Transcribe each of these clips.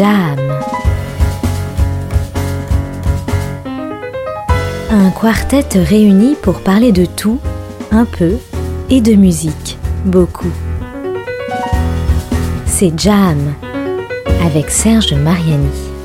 Jam. Un quartet réuni pour parler de tout, un peu, et de musique, beaucoup. C'est Jam, avec Serge Mariani.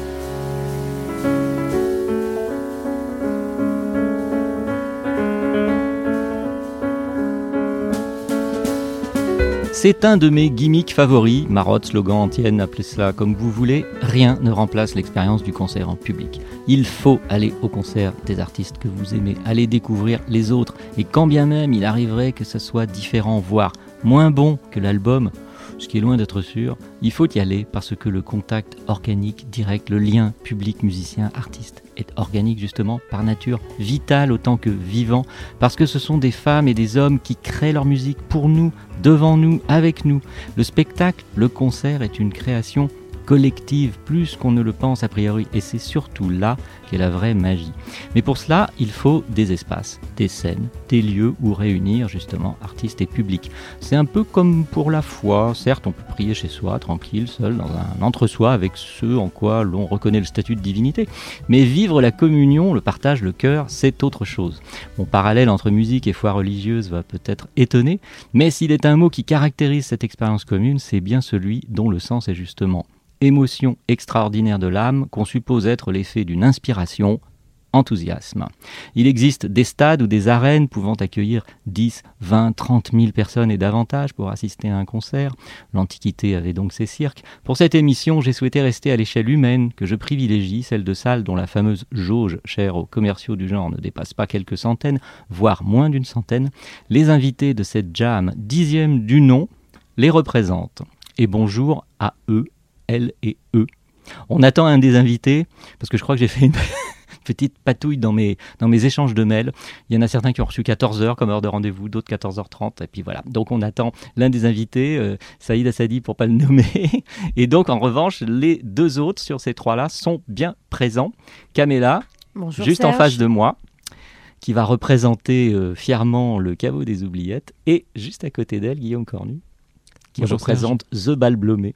C'est un de mes gimmicks favoris, marotte, slogan, antienne, appelez cela comme vous voulez. Rien ne remplace l'expérience du concert en public. Il faut aller au concert des artistes que vous aimez, aller découvrir les autres. Et quand bien même il arriverait que ce soit différent, voire moins bon que l'album, ce qui est loin d'être sûr, il faut y aller parce que le contact organique, direct, le lien public, musicien, artiste est organique justement par nature, vital autant que vivant, parce que ce sont des femmes et des hommes qui créent leur musique pour nous, devant nous, avec nous. Le spectacle, le concert est une création collective, plus qu'on ne le pense a priori, et c'est surtout là qu'est la vraie magie. Mais pour cela, il faut des espaces, des scènes, des lieux où réunir justement artistes et publics. C'est un peu comme pour la foi, certes on peut prier chez soi, tranquille, seul, dans un entre-soi, avec ceux en quoi l'on reconnaît le statut de divinité, mais vivre la communion, le partage, le cœur, c'est autre chose. Mon parallèle entre musique et foi religieuse va peut-être étonner, mais s'il est un mot qui caractérise cette expérience commune, c'est bien celui dont le sens est justement émotion extraordinaire de l'âme qu'on suppose être l'effet d'une inspiration, enthousiasme. Il existe des stades ou des arènes pouvant accueillir 10, 20, 30 000 personnes et davantage pour assister à un concert. L'Antiquité avait donc ses cirques. Pour cette émission, j'ai souhaité rester à l'échelle humaine que je privilégie, celle de salles dont la fameuse jauge, chère aux commerciaux du genre, ne dépasse pas quelques centaines, voire moins d'une centaine. Les invités de cette jam 10e du nom les représentent. Et bonjour à eux, elle et eux. On attend un des invités, parce que je crois que j'ai fait une petite patouille dans mes échanges de mails. Il y en a certains qui ont reçu 14h comme heure de rendez-vous, d'autres 14h30, et puis voilà. Donc on attend l'un des invités, Saïd Assadi pour pas le nommer. Et donc en revanche, les deux autres sur ces trois-là sont bien présents. Camilla, bonjour juste Serge. En face de moi, qui va représenter fièrement le caveau des oubliettes, et juste à côté d'elle, Guillaume Cornu, qui bonjour représente Serge. The Bal Blomet,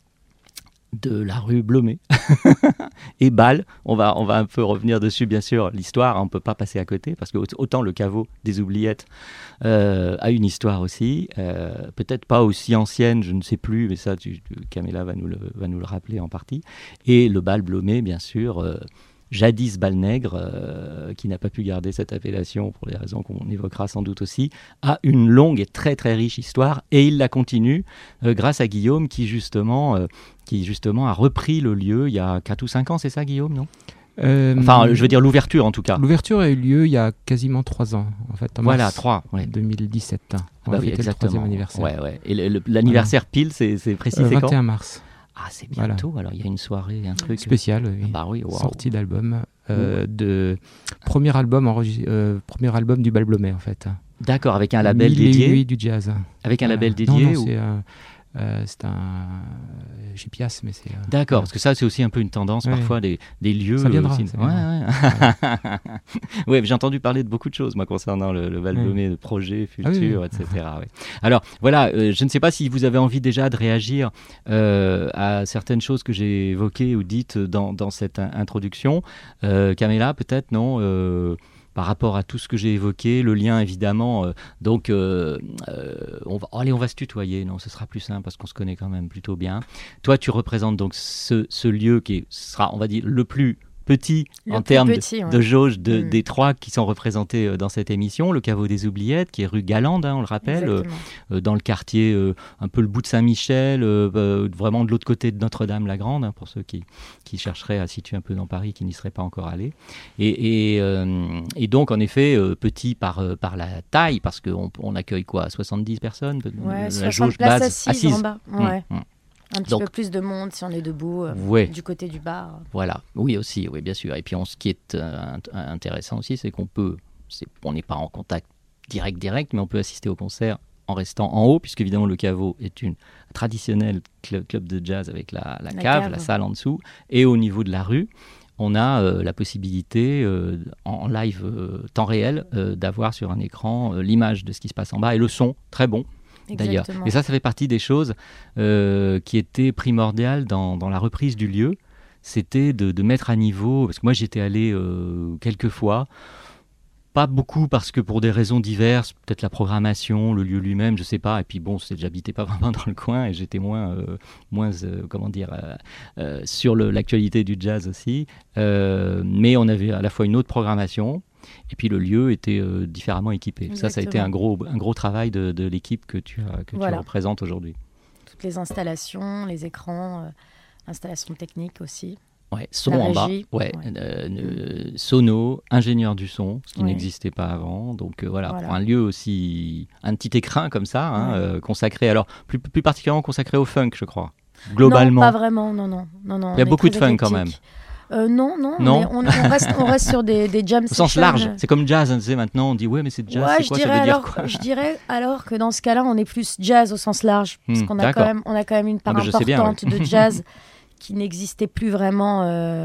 de la rue Blomet. Et Bal, on va un peu revenir dessus, bien sûr, l'histoire, on ne peut pas passer à côté, parce que autant le caveau des oubliettes a une histoire aussi, peut-être pas aussi ancienne, je ne sais plus, mais ça, Camilla va nous le rappeler en partie. Et le Bal Blomet, bien sûr, jadis Bal Nègre, qui n'a pas pu garder cette appellation pour des raisons qu'on évoquera sans doute aussi, a une longue et très très riche histoire, et il la continue grâce à Guillaume qui justement a repris le lieu il y a 4 ou 5 ans, c'est ça Guillaume, non ? Enfin, je veux dire l'ouverture en tout cas. L'ouverture a eu lieu il y a quasiment 3 ans, en fait, en mars 2017. On va fêter le 3e anniversaire. Ouais. Et l'anniversaire pile, c'est précis, c'est quand ? 21 mars. Ah, c'est bientôt, alors il y a une soirée, un truc spécial, oui. Bah oui, wow. Sortie d'album, premier album du Bal Blomet en fait. D'accord, avec un label dédié. Oui, du jazz. Avec un label dédié Non, c'est un JPS, mais c'est. D'accord, parce que ça c'est aussi un peu une tendance parfois des lieux. Ça viendra. Aussi. Ouais, j'ai entendu parler de beaucoup de choses moi concernant le Bal Blomet, de projets futurs, etc. Ouais. Alors voilà, je ne sais pas si vous avez envie déjà de réagir à certaines choses que j'ai évoquées ou dites dans cette introduction. Camilla, peut-être non. Par rapport à tout ce que j'ai évoqué, le lien évidemment, on va se tutoyer, non, ce sera plus simple parce qu'on se connaît quand même plutôt bien. Toi, tu représentes donc ce lieu qui sera, on va dire, le plus petit en termes de jauge des trois qui sont représentés dans cette émission, le caveau des oubliettes qui est rue Galande, on le rappelle, dans le quartier un peu le bout de Saint-Michel, vraiment de l'autre côté de Notre-Dame-la-Grande, pour ceux qui chercheraient à situer un peu dans Paris, qui n'y seraient pas encore allés. Et donc en effet petit par la taille, parce qu'on accueille quoi, 70 personnes, la jauge base assise en bas. Un petit peu plus de monde si on est debout du côté du bar. Voilà, oui aussi, oui bien sûr. Et puis ce qui est intéressant aussi, c'est on n'est pas en contact direct, mais on peut assister au concert en restant en haut, puisque évidemment le caveau est une traditionnelle club de jazz avec la cave, la salle en dessous, et au niveau de la rue. On a la possibilité en live temps réel d'avoir sur un écran l'image de ce qui se passe en bas et le son très bon. d'ailleurs. Et ça fait partie des choses qui étaient primordiales dans la reprise du lieu. C'était de mettre à niveau, parce que moi j'étais allé quelques fois, pas beaucoup parce que pour des raisons diverses, peut-être la programmation, le lieu lui-même, je sais pas, et puis bon, j'habitais pas vraiment dans le coin et j'étais moins sur l'actualité du jazz aussi, mais on avait à la fois une autre programmation, et puis le lieu était différemment équipé. Exactement. Ça a été un gros travail de l'équipe que tu représentes aujourd'hui. Toutes les installations, les écrans, installations techniques aussi. Ouais, son en bas, sono, ingénieur du son, ce qui n'existait pas avant. Donc voilà, pour un lieu aussi, un petit écrin comme ça, consacré, alors plus particulièrement consacré au funk, je crois. Globalement. Non, pas vraiment, non. Il y a beaucoup de funk quand même. Non. On reste sur des jam sessions. Au sens large, c'est comme jazz, tu sais, maintenant on dit ouais mais c'est jazz, c'est quoi, ça veut dire quoi? Je dirais alors que dans ce cas-là on est plus jazz au sens large, parce qu'on a quand même une part importante de jazz qui n'existait plus vraiment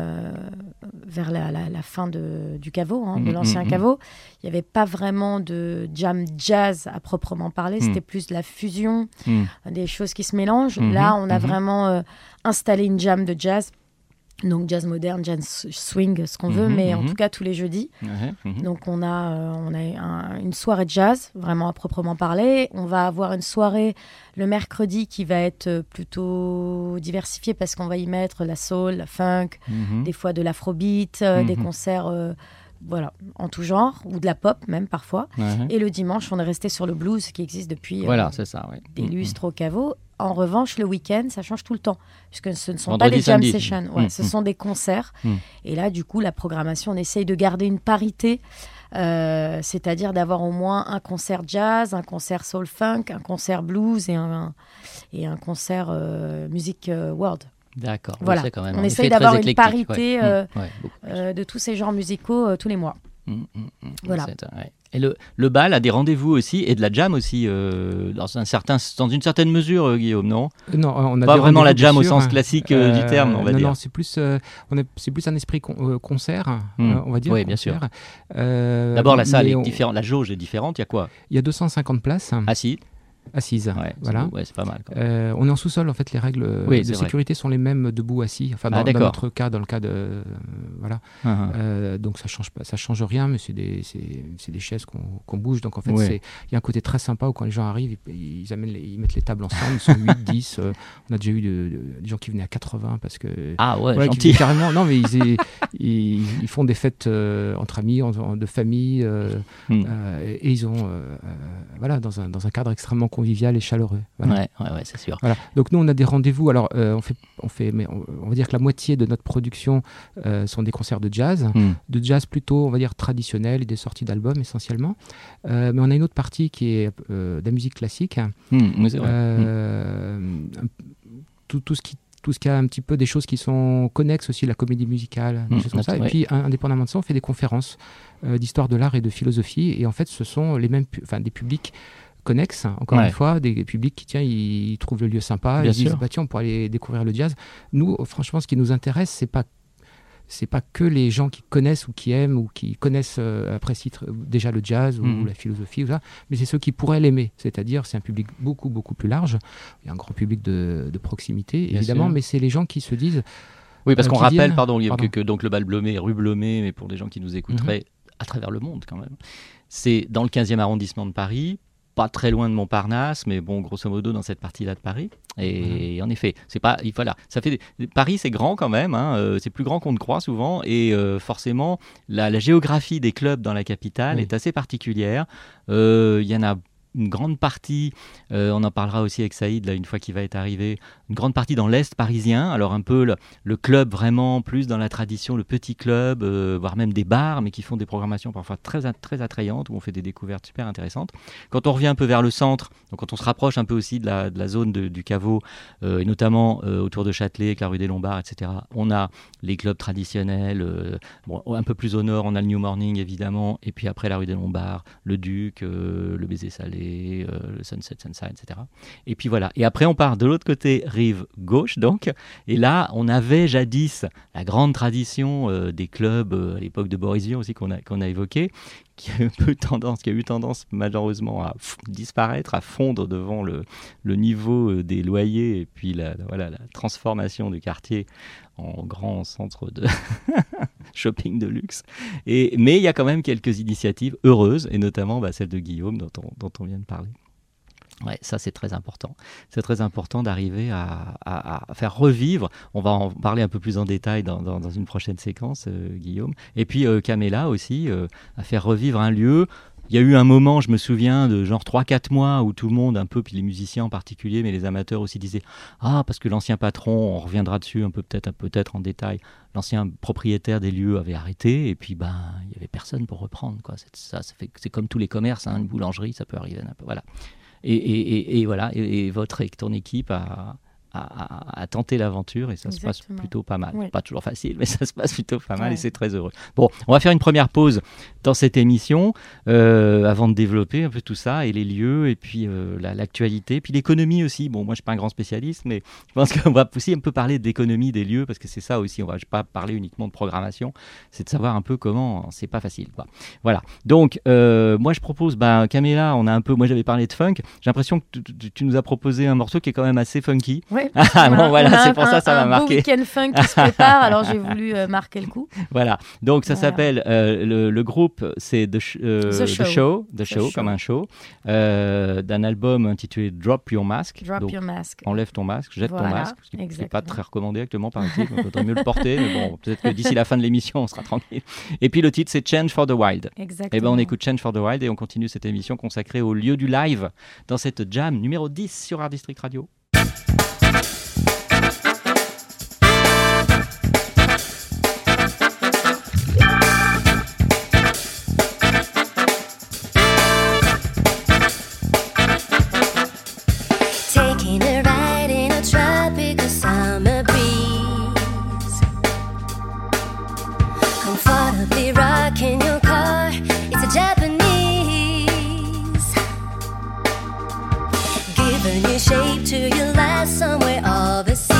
vers la fin du caveau, de l'ancien caveau. Il n'y avait pas vraiment de jazz à proprement parler, c'était plus de la fusion, des choses qui se mélangent. Là, on a vraiment installé une jam de jazz. Donc jazz moderne, jazz swing, ce qu'on veut, mais en tout cas tous les jeudis. Donc on a une soirée de jazz, vraiment à proprement parler. On va avoir une soirée le mercredi qui va être plutôt diversifiée parce qu'on va y mettre la soul, la funk, des fois de l'afrobeat, des concerts en tout genre, ou de la pop même parfois. Et le dimanche, on est resté sur le blues qui existe depuis c'est ça, des lustres au caveau. En revanche, le week-end, ça change tout le temps, puisque ce ne sont pas des jam sessions, ce sont des concerts. Et là, du coup, la programmation, on essaye de garder une parité, c'est-à-dire d'avoir au moins un concert jazz, un concert soul funk, un concert blues et un concert musique world. D'accord. Voilà. On essaye d'avoir une parité de tous ces genres musicaux tous les mois. Voilà. Et le bal a des rendez-vous aussi, et de la jam aussi, dans une certaine mesure, Guillaume, non? Non, on a pas vraiment la jam au sens classique du terme, on va dire. Non, c'est plus un esprit concert, on va dire. Oui, bien sûr. D'abord, la salle est différente, la jauge est différente, il y a quoi? Il y a 250 places. Assises. Voilà. C'est pas mal. On est en sous-sol, en fait, les règles de sécurité sont les mêmes debout, assis. Enfin, dans notre cas, dans le cas de donc ça change rien, mais c'est des chaises qu'on bouge. Donc en fait, il y a un côté très sympa où quand les gens arrivent, ils mettent les tables ensemble. Ils sont 8, 10. On a déjà eu des gens qui venaient à 80 parce que gentil. Carrément. Non, mais ils font des fêtes entre amis, de famille, et ils ont dans un cadre extrêmement convivial et chaleureux. Voilà. Ouais, c'est sûr. Voilà. Donc nous, on a des rendez-vous. Alors, mais on va dire que la moitié de notre production sont des concerts de jazz plutôt, on va dire, traditionnels et des sorties d'albums essentiellement. Mais on a une autre partie qui est de la musique classique. C'est vrai. Tout ce qui a un petit peu des choses qui sont connexes aussi, la comédie musicale, des choses comme ça. Et puis, indépendamment de ça, on fait des conférences d'histoire de l'art et de philosophie. Et en fait, ce sont les mêmes, des publics connexes, encore une fois, des publics qui, ils trouvent le lieu sympa, ils disent, tiens, on pourrait aller découvrir le jazz. Nous, franchement, ce qui nous intéresse, c'est pas que les gens qui connaissent ou qui aiment ou qui connaissent, apprécient déjà le jazz ou la philosophie, ou ça, mais c'est ceux qui pourraient l'aimer. C'est-à-dire, c'est un public beaucoup, beaucoup plus large. Il y a un grand public de proximité, évidemment, mais c'est les gens qui se disent... Oui, parce qu'on rappelle, que donc le bal Blomet, rue Blomet, mais pour des gens qui nous écouteraient à travers le monde quand même, c'est dans le 15e arrondissement de Paris, pas très loin de Montparnasse, mais bon, grosso modo dans cette partie-là de Paris. Et en effet, c'est pas, ça fait Paris, c'est grand quand même, c'est plus grand qu'on ne croit souvent, et forcément, la géographie des clubs dans la capitale est assez particulière. Il y en a une grande partie, on en parlera aussi avec Saïd là, une fois qu'il va être arrivé, une grande partie dans l'Est parisien, alors un peu le club vraiment plus dans la tradition, le petit club, voire même des bars, mais qui font des programmations parfois très, très attrayantes, où on fait des découvertes super intéressantes. Quand on revient un peu vers le centre, donc quand on se rapproche un peu aussi de la zone du caveau, et notamment autour de Châtelet, avec la rue des Lombards, etc., on a les clubs traditionnels, un peu plus au nord, on a le New Morning évidemment, et puis après la rue des Lombards, le Duc, le Baiser Salé, Café, le Sunset Sunshine, etc. Et puis voilà. Et après, on part de l'autre côté, rive gauche, donc. Et là, on avait jadis la grande tradition des clubs, à l'époque de Boris Vian aussi, qu'on a évoqué, qui a eu tendance malheureusement à disparaître, à fondre devant le niveau des loyers et puis la transformation du quartier en grand centre de shopping de luxe. Mais il y a quand même quelques initiatives heureuses, et notamment celle de Guillaume dont on vient de parler. Ouais, ça c'est très important. C'est très important d'arriver à faire revivre. On va en parler un peu plus en détail dans une prochaine séquence, Guillaume. Et puis Camilla aussi, à faire revivre un lieu. Il y a eu un moment, je me souviens, de genre 3-4 mois où tout le monde, un peu, puis les musiciens en particulier, mais les amateurs aussi disaient « Ah, parce que l'ancien patron, on reviendra dessus un peu peut-être en détail, l'ancien propriétaire des lieux avait arrêté, et puis il n'y avait personne pour reprendre. Quoi. C'est comme tous les commerces, une boulangerie, ça peut arriver un peu. Voilà. Et voilà, et ton équipe a tenté l'aventure et ça se passe plutôt pas mal. Pas toujours facile, mais ça se passe plutôt pas mal et c'est très heureux. Bon, on va faire une première pause dans cette émission avant de développer un peu tout ça et les lieux et puis l'actualité, puis l'économie aussi. Bon, moi je suis pas un grand spécialiste, mais je pense qu'on va aussi un peu parler de l'économie des lieux parce que c'est ça aussi. On va pas parler uniquement de programmation, c'est de savoir un peu comment. C'est pas facile, quoi. Voilà. Donc moi je propose, Camilla, moi j'avais parlé de funk. J'ai l'impression que tu nous as proposé un morceau qui est quand même assez funky. Oui. Bon, voilà, c'est pour ça m'a marqué. Un beau week-end funk qui se prépare, alors j'ai voulu marquer le coup. Voilà, donc ça s'appelle, le groupe, c'est The Show, comme un show, d'un album intitulé Drop Your Mask. Your Mask. Enlève ton masque, jette ton masque, ce qui n'est pas très recommandé actuellement par ici, il faudrait mieux le porter, mais bon, peut-être que d'ici la fin de l'émission, on sera tranquille. Et puis le titre, c'est Change for the Wild. Exactement. Et on écoute Change for the Wild et on continue cette émission consacrée au lieu du live dans cette jam numéro 10 sur Art District Radio. Shape to your life somewhere overseas,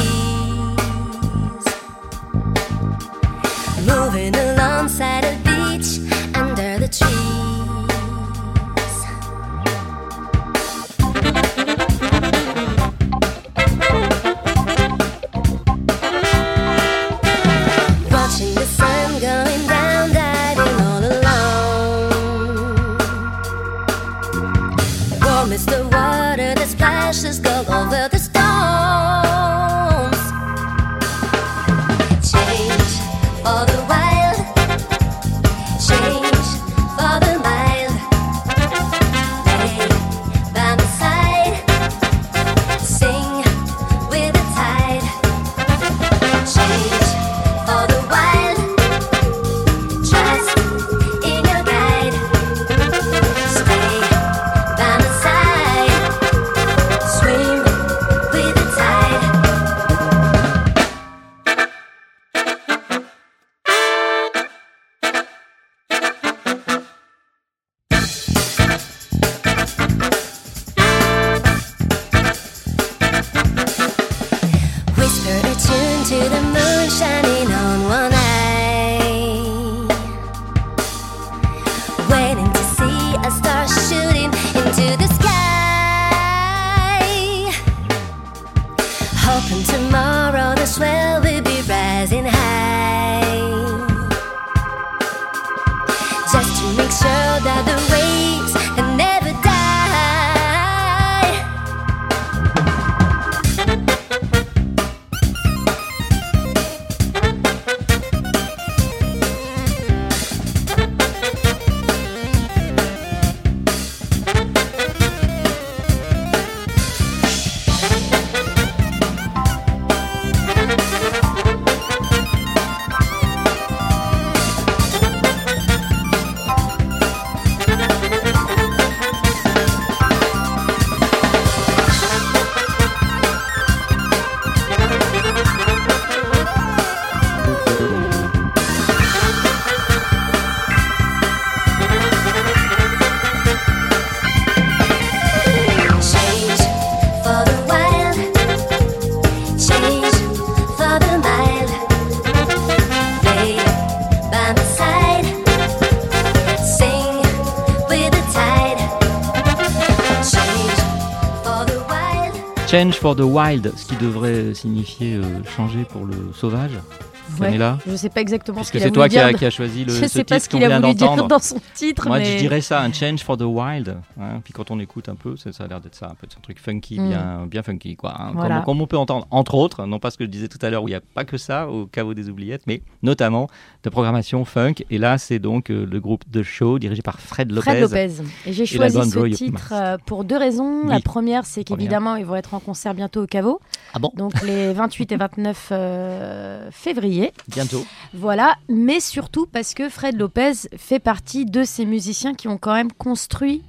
moving alongside a beach under the trees, watching the sun going down, diving all alone. Warm is the water that splashes gold over the stones. Change for the wild, change for the mild. Lay by my side, sing with the tide. Change for the wild, trust in your guide. Stay by my side, swim Change for the Wild, ce qui devrait signifier changer pour le sauvage. Ouais, je ne sais pas exactement ce qu'il a voulu dire. C'est toi qui a choisi ce titre. Je ne sais pas ce qu'il a voulu dire dans son titre. Moi, je dirais ça, un Change for the Wild. Hein. Puis quand on écoute un peu, ça a l'air d'être ça, un peu de ce truc funky, bien funky, quoi. Hein. Voilà. Comme on peut entendre, entre autres, non pas ce que je disais tout à l'heure, où il n'y a pas que ça au caveau des oubliettes, mais notamment de programmation funk. Et là, c'est donc le groupe The Show, dirigé par Fred Lopez. Et j'ai choisi ce titre pour 2 raisons. Oui. La première, c'est qu'évidemment, ils vont être en concert bientôt au caveau. Ah bon ? Donc les 28 et 29 février. Bientôt. Voilà, mais surtout parce que Fred Lopez fait partie de ces musiciens qui ont quand même construit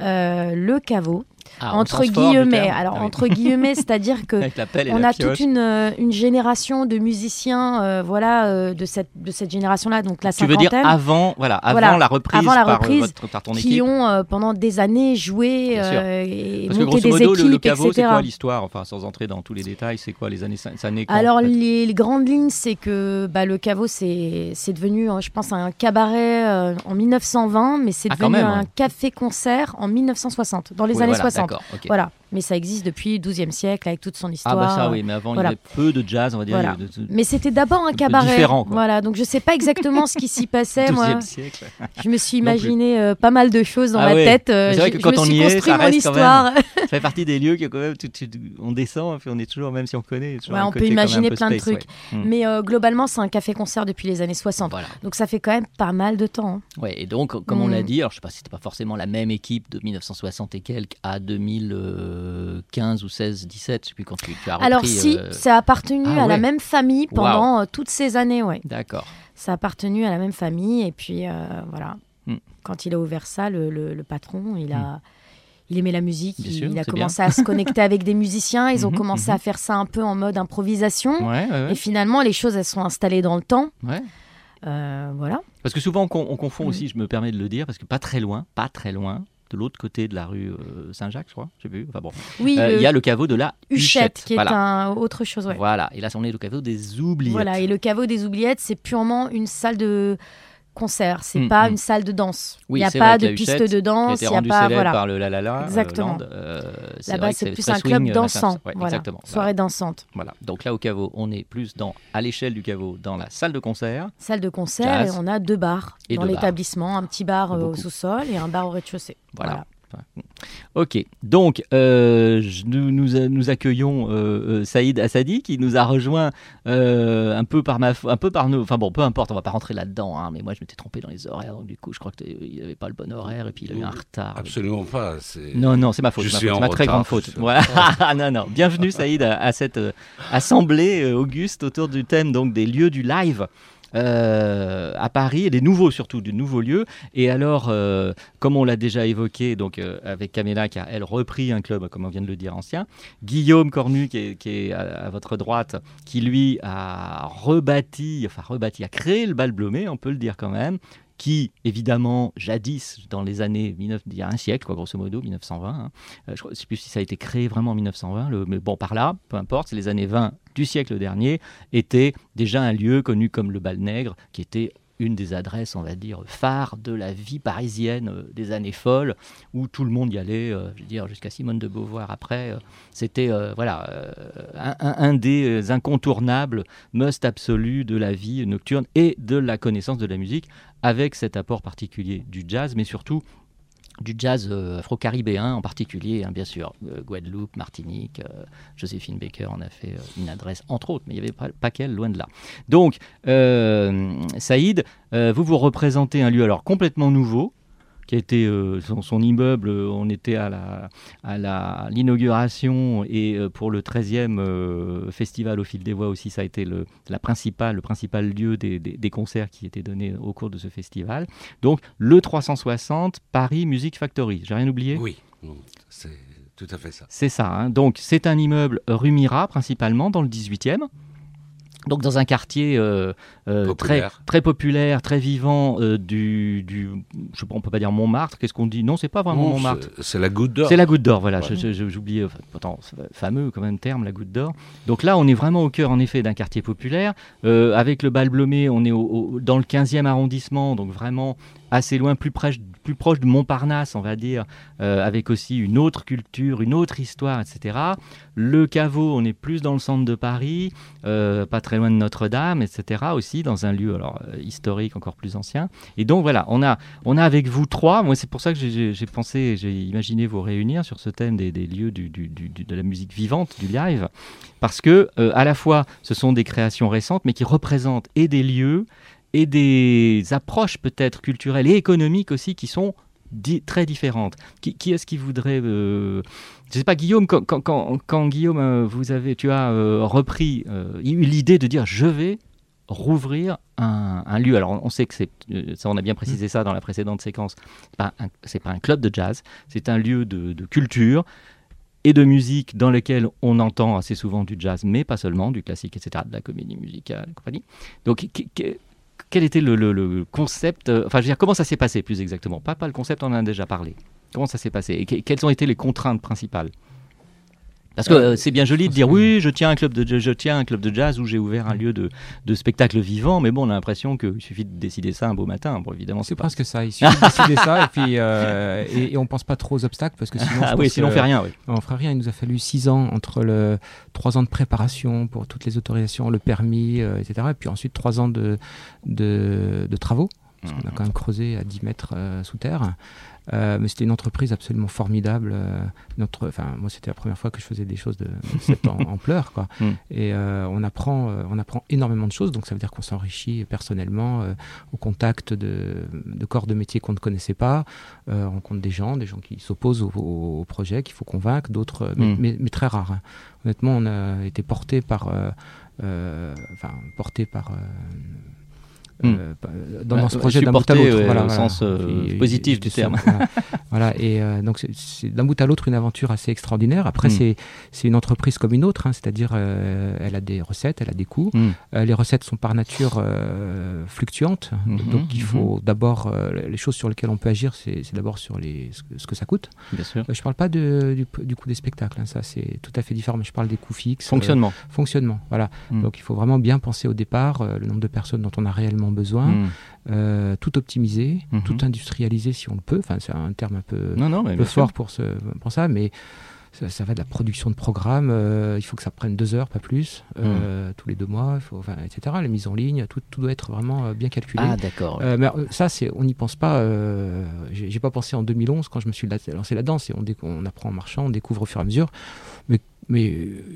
le caveau. Entre guillemets, entre guillemets, c'est-à-dire que on a toute une génération de musiciens, de cette génération-là, donc la cinquantaine. Tu veux dire avant la reprise, par ton équipe, qui ont pendant des années joué et parce monté que, grosso modo, des équipes, le caveau, etc. C'est quoi l'histoire, enfin sans entrer dans tous les détails, c'est quoi les années, ça naît quand, Alors en fait les grandes lignes, c'est que le caveau c'est devenu, je pense, un cabaret en 1920, mais c'est devenu un café-concert en 1960, dans les années 60. Okay. Voilà. Mais ça existe depuis le XIIe siècle avec toute son histoire. Ah bah ça oui, mais avant il y avait peu de jazz, on va dire. Voilà. Mais c'était d'abord un cabaret. Différent, quoi. Voilà, donc je sais pas exactement ce qui s'y passait. Moi, siècle. Je me suis imaginé pas mal de choses dans ma tête. C'est vrai que quand on y est, ça reste quand même. Ça fait partie des lieux que quand même, on descend, puis on est toujours, même si on connaît. On peut imaginer plein de trucs. Mais globalement, c'est un café-concert depuis les années 60. Voilà. Donc ça fait quand même pas mal de temps. Ouais, et donc, comme on l'a dit, alors je sais pas si c'était pas forcément la même équipe de 1960 et quelques à 2015 ou 16, 17, je sais plus quand tu as repris. Alors si, ça a appartenu à la même famille pendant toutes ces années, ouais. D'accord. Ça a appartenu à la même famille et puis voilà. Quand il a ouvert ça, le patron, il aimait la musique, il a commencé à se connecter avec des musiciens, ils ont commencé à faire ça un peu en mode improvisation et finalement les choses elles sont installées dans le temps. Ouais. Voilà. Parce que souvent on confond aussi, je me permets de le dire, parce que pas très loin, de l'autre côté de la rue Saint-Jacques, je crois, je sais plus. Enfin bon. Oui, il y a le caveau de la Huchette, qui est autre chose. Ouais. Voilà, et là on est au caveau des oubliettes. Voilà, et le caveau des oubliettes, c'est purement une salle de concert, c'est pas une salle de danse. Oui, il n'y a pas de piste de danse, il y a pas par le exactement. Là-bas, c'est plus un club dansant. Exactement. Soirée dansante. Voilà. Donc là au caveau, on est plus à l'échelle du caveau, dans la salle de concert. Salle de concert, jazz, et on a 2 bars dans l'établissement, un petit bar au sous-sol et un bar au rez-de-chaussée. Voilà. Ok, donc nous accueillons Saïd Assadi qui nous a rejoint un peu par nous. Enfin bon, peu importe, on va pas rentrer là-dedans. Hein, mais moi, je m'étais trompé dans les horaires, donc du coup, je crois qu'il n'avait pas le bon horaire et puis il a eu un retard. Absolument pas. Non, c'est ma faute. C'est ma très grande faute. Voilà. non. Bienvenue Saïd à cette assemblée auguste autour du thème donc des lieux du live. À Paris, et des nouveaux lieux. Et alors, comme on l'a déjà évoqué, donc avec Camilla qui a elle repris un club, comme on vient de le dire, ancien, Guillaume Cornu qui est à votre droite, qui lui a a créé le Bal Blomet, on peut le dire quand même, qui, évidemment, jadis, dans les années, il y a un siècle, quoi, grosso modo, 1920, hein, je ne sais plus si ça a été créé vraiment en 1920, mais bon, par là, peu importe, c'est les années 20 du siècle dernier, était déjà un lieu connu comme le Bal Nègre, qui était une des adresses, on va dire, phares de la vie parisienne des années folles, où tout le monde y allait, je veux dire, jusqu'à Simone de Beauvoir après. C'était un des incontournables must absolus de la vie nocturne et de la connaissance de la musique, avec cet apport particulier du jazz, mais surtout du jazz afro-caribéen en particulier, hein, bien sûr, Guadeloupe, Martinique, Joséphine Baker en a fait une adresse, entre autres, mais il n'y avait pas qu'elle, loin de là. Donc, Saïd, vous représentez un lieu alors complètement nouveau, qui a été son immeuble, on était à l'inauguration et pour le 13e festival au fil des voix aussi, ça a été le principal lieu des concerts qui étaient donnés au cours de ce festival. Donc le 360 Paris Music Factory, j'ai rien oublié ? Oui, c'est tout à fait ça. C'est ça, hein. Donc c'est un immeuble rue Mira principalement dans le 18e. Donc dans un quartier très populaire, très vivant je sais pas, on peut pas dire Montmartre. Qu'est-ce qu'on dit ? Non, c'est pas vraiment Montmartre. C'est la Goutte d'Or. C'est la Goutte d'Or, voilà. J'oubliais, pourtant fameux quand même terme, la Goutte d'Or. Donc là, on est vraiment au cœur en effet d'un quartier populaire. Avec le Bal Blomet, on est dans le 15e arrondissement, donc vraiment assez loin, plus plus proche de Montparnasse, on va dire, avec aussi une autre culture, une autre histoire, etc. Le caveau, on est plus dans le centre de Paris, pas très loin de Notre-Dame, etc. aussi, dans un lieu historique encore plus ancien. Et donc voilà, on a avec vous trois, moi c'est pour ça que j'ai imaginé vous réunir sur ce thème des lieux de la musique vivante, du live, parce que à la fois ce sont des créations récentes, mais qui représentent et des lieux et des approches peut-être culturelles et économiques aussi qui sont très différentes. Qui est-ce qui voudrait... Je ne sais pas, Guillaume, quand Guillaume, tu as repris, eu l'idée de dire « je vais rouvrir un lieu ». Alors on sait que ça, on a bien précisé ça dans la précédente séquence, c'est pas un club de jazz, c'est un lieu de culture et de musique dans lequel on entend assez souvent du jazz, mais pas seulement, du classique, etc., de la comédie musicale et compagnie. Donc quel était le concept, je veux dire, comment ça s'est passé plus exactement, pas le concept, on en a déjà parlé. Comment ça s'est passé et quelles ont été les contraintes principales? Parce que c'est bien joli de dire oui, je tiens un club de jazz où j'ai ouvert un lieu de spectacle vivant, mais bon, on a l'impression qu'il suffit de décider ça un beau matin. Bon, évidemment, c'est presque ça. Il suffit de décider ça et puis et on pense pas trop aux obstacles parce que sinon, sinon on fait rien. Oui. On ferait rien. Il nous a fallu 6 ans entre 3 ans de préparation pour toutes les autorisations, le permis, etc. Et puis ensuite 3 ans de travaux. Parce qu'on a quand même creusé à 10 mètres sous terre. Mais c'était une entreprise absolument formidable. Moi, c'était la première fois que je faisais des choses de cette ampleur, quoi. Et on apprend énormément de choses. Donc, ça veut dire qu'on s'enrichit personnellement au contact de corps de métier qu'on ne connaissait pas. On rencontre des gens qui s'opposent au projet, qu'il faut convaincre, d'autres, mais très rares. Hein. Honnêtement, on a été porté par dans ce projet d'un bout à l'autre, au sens positif du terme. Voilà, et donc c'est d'un bout à l'autre une aventure assez extraordinaire. Après, c'est une entreprise comme une autre, hein, c'est-à-dire elle a des recettes, elle a des coûts. Les recettes sont par nature fluctuantes, donc il faut d'abord les choses sur lesquelles on peut agir, c'est d'abord sur ce que ça coûte. Bien sûr. Je parle pas du coût des spectacles, hein, ça c'est tout à fait différent, mais je parle des coûts fixes. Fonctionnement, voilà. Donc il faut vraiment bien penser au départ le nombre de personnes dont on a réellement besoin, tout optimiser, tout industrialiser si on le peut. Enfin, c'est un terme un peu fort pour ça, mais ça va de la production de programmes. Il faut que ça prenne 2 heures, pas plus, tous les 2 mois, etc. La mise en ligne, tout doit être vraiment bien calculé. Ah, d'accord. Mais ça, on n'y pense pas. J'ai pas pensé en 2011 quand je me suis lancé là-dedans. On apprend en marchant, on découvre au fur et à mesure. Mais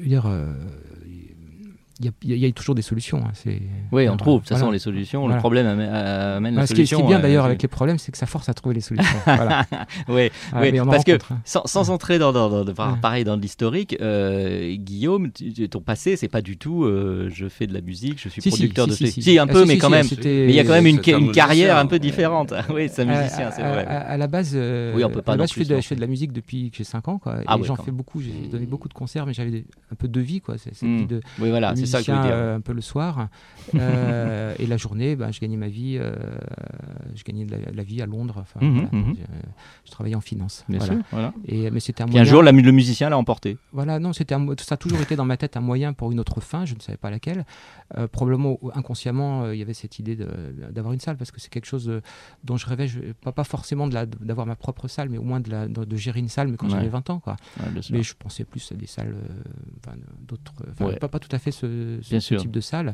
il y a toujours des solutions. Hein, oui, on trouve. De toute façon, les solutions, le problème amène la solution. Ce qui est bien d'ailleurs avec les problèmes, c'est que ça force à trouver les solutions. Voilà. oui, parce que sans entrer pareil dans l'historique, Guillaume, ton passé, c'est pas du tout je fais de la musique, je suis producteur de... Si, un peu, mais quand même. Mais il y a quand même une carrière un peu différente. Oui, c'est un musicien, c'est vrai. À la base, on peut pas je fais de la musique depuis que j'ai 5 ans. Et j'en fais beaucoup. J'ai donné beaucoup de concerts, mais j'avais un peu de vie. Oui, voilà, c'est ça que je veux dire. Un peu le soir et la journée, je gagnais ma vie, je gagnais de la vie à Londres. Je travaillais en finance. Bien sûr, voilà. Mais c'était un moyen. Puis un jour, le musicien l'a emporté. Voilà, non, ça a toujours été dans ma tête un moyen pour une autre fin. Je ne savais pas laquelle. Probablement inconsciemment, il y avait cette idée d'avoir une salle parce que c'est quelque chose dont je rêvais. Pas forcément d'avoir ma propre salle, mais au moins de gérer une salle. Mais quand j'avais 20 ans, quoi. Mais je pensais plus à des salles, d'autres. Pas tout à fait ce type de salle.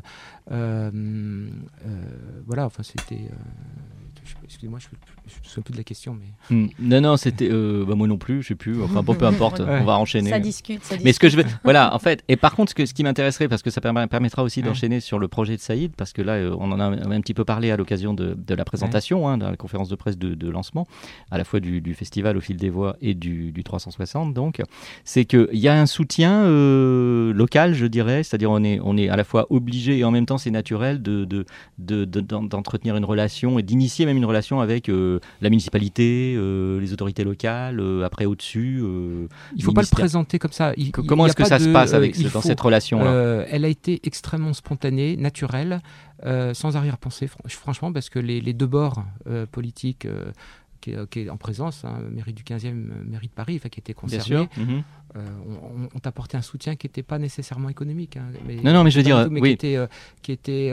Voilà, c'était... excusez-moi, je me souviens plus de la question, mais... Non, c'était... moi non plus, je sais plus. Enfin, peu importe, on va enchaîner. Ça discute. Mais ce que je veux... Voilà, en fait... Et par contre, ce qui m'intéresserait, parce que ça permettra aussi d'enchaîner sur le projet de Saïd, parce que là, on en a un petit peu parlé à l'occasion de la présentation, de la conférence de presse de lancement, à la fois du festival Au Fil des Voix et du 360, donc. C'est qu'il y a un soutien local, je dirais, c'est-à-dire on est à la fois obligé et en même temps c'est naturel d'entretenir une relation et d'initier même une relation avec la municipalité, les autorités locales, après au-dessus. Il ne faut pas le présenter comme ça. Comment est-ce que ça se passe dans cette relation-là? Elle a été extrêmement spontanée, naturelle, sans arrière-pensée, franchement, parce que les deux bords politiques qui est en présence, mairie du 15e, mairie de Paris, qui était concernée, on t'apportait un soutien qui n'était pas nécessairement économique. Hein, mais je veux dire, oui. qui était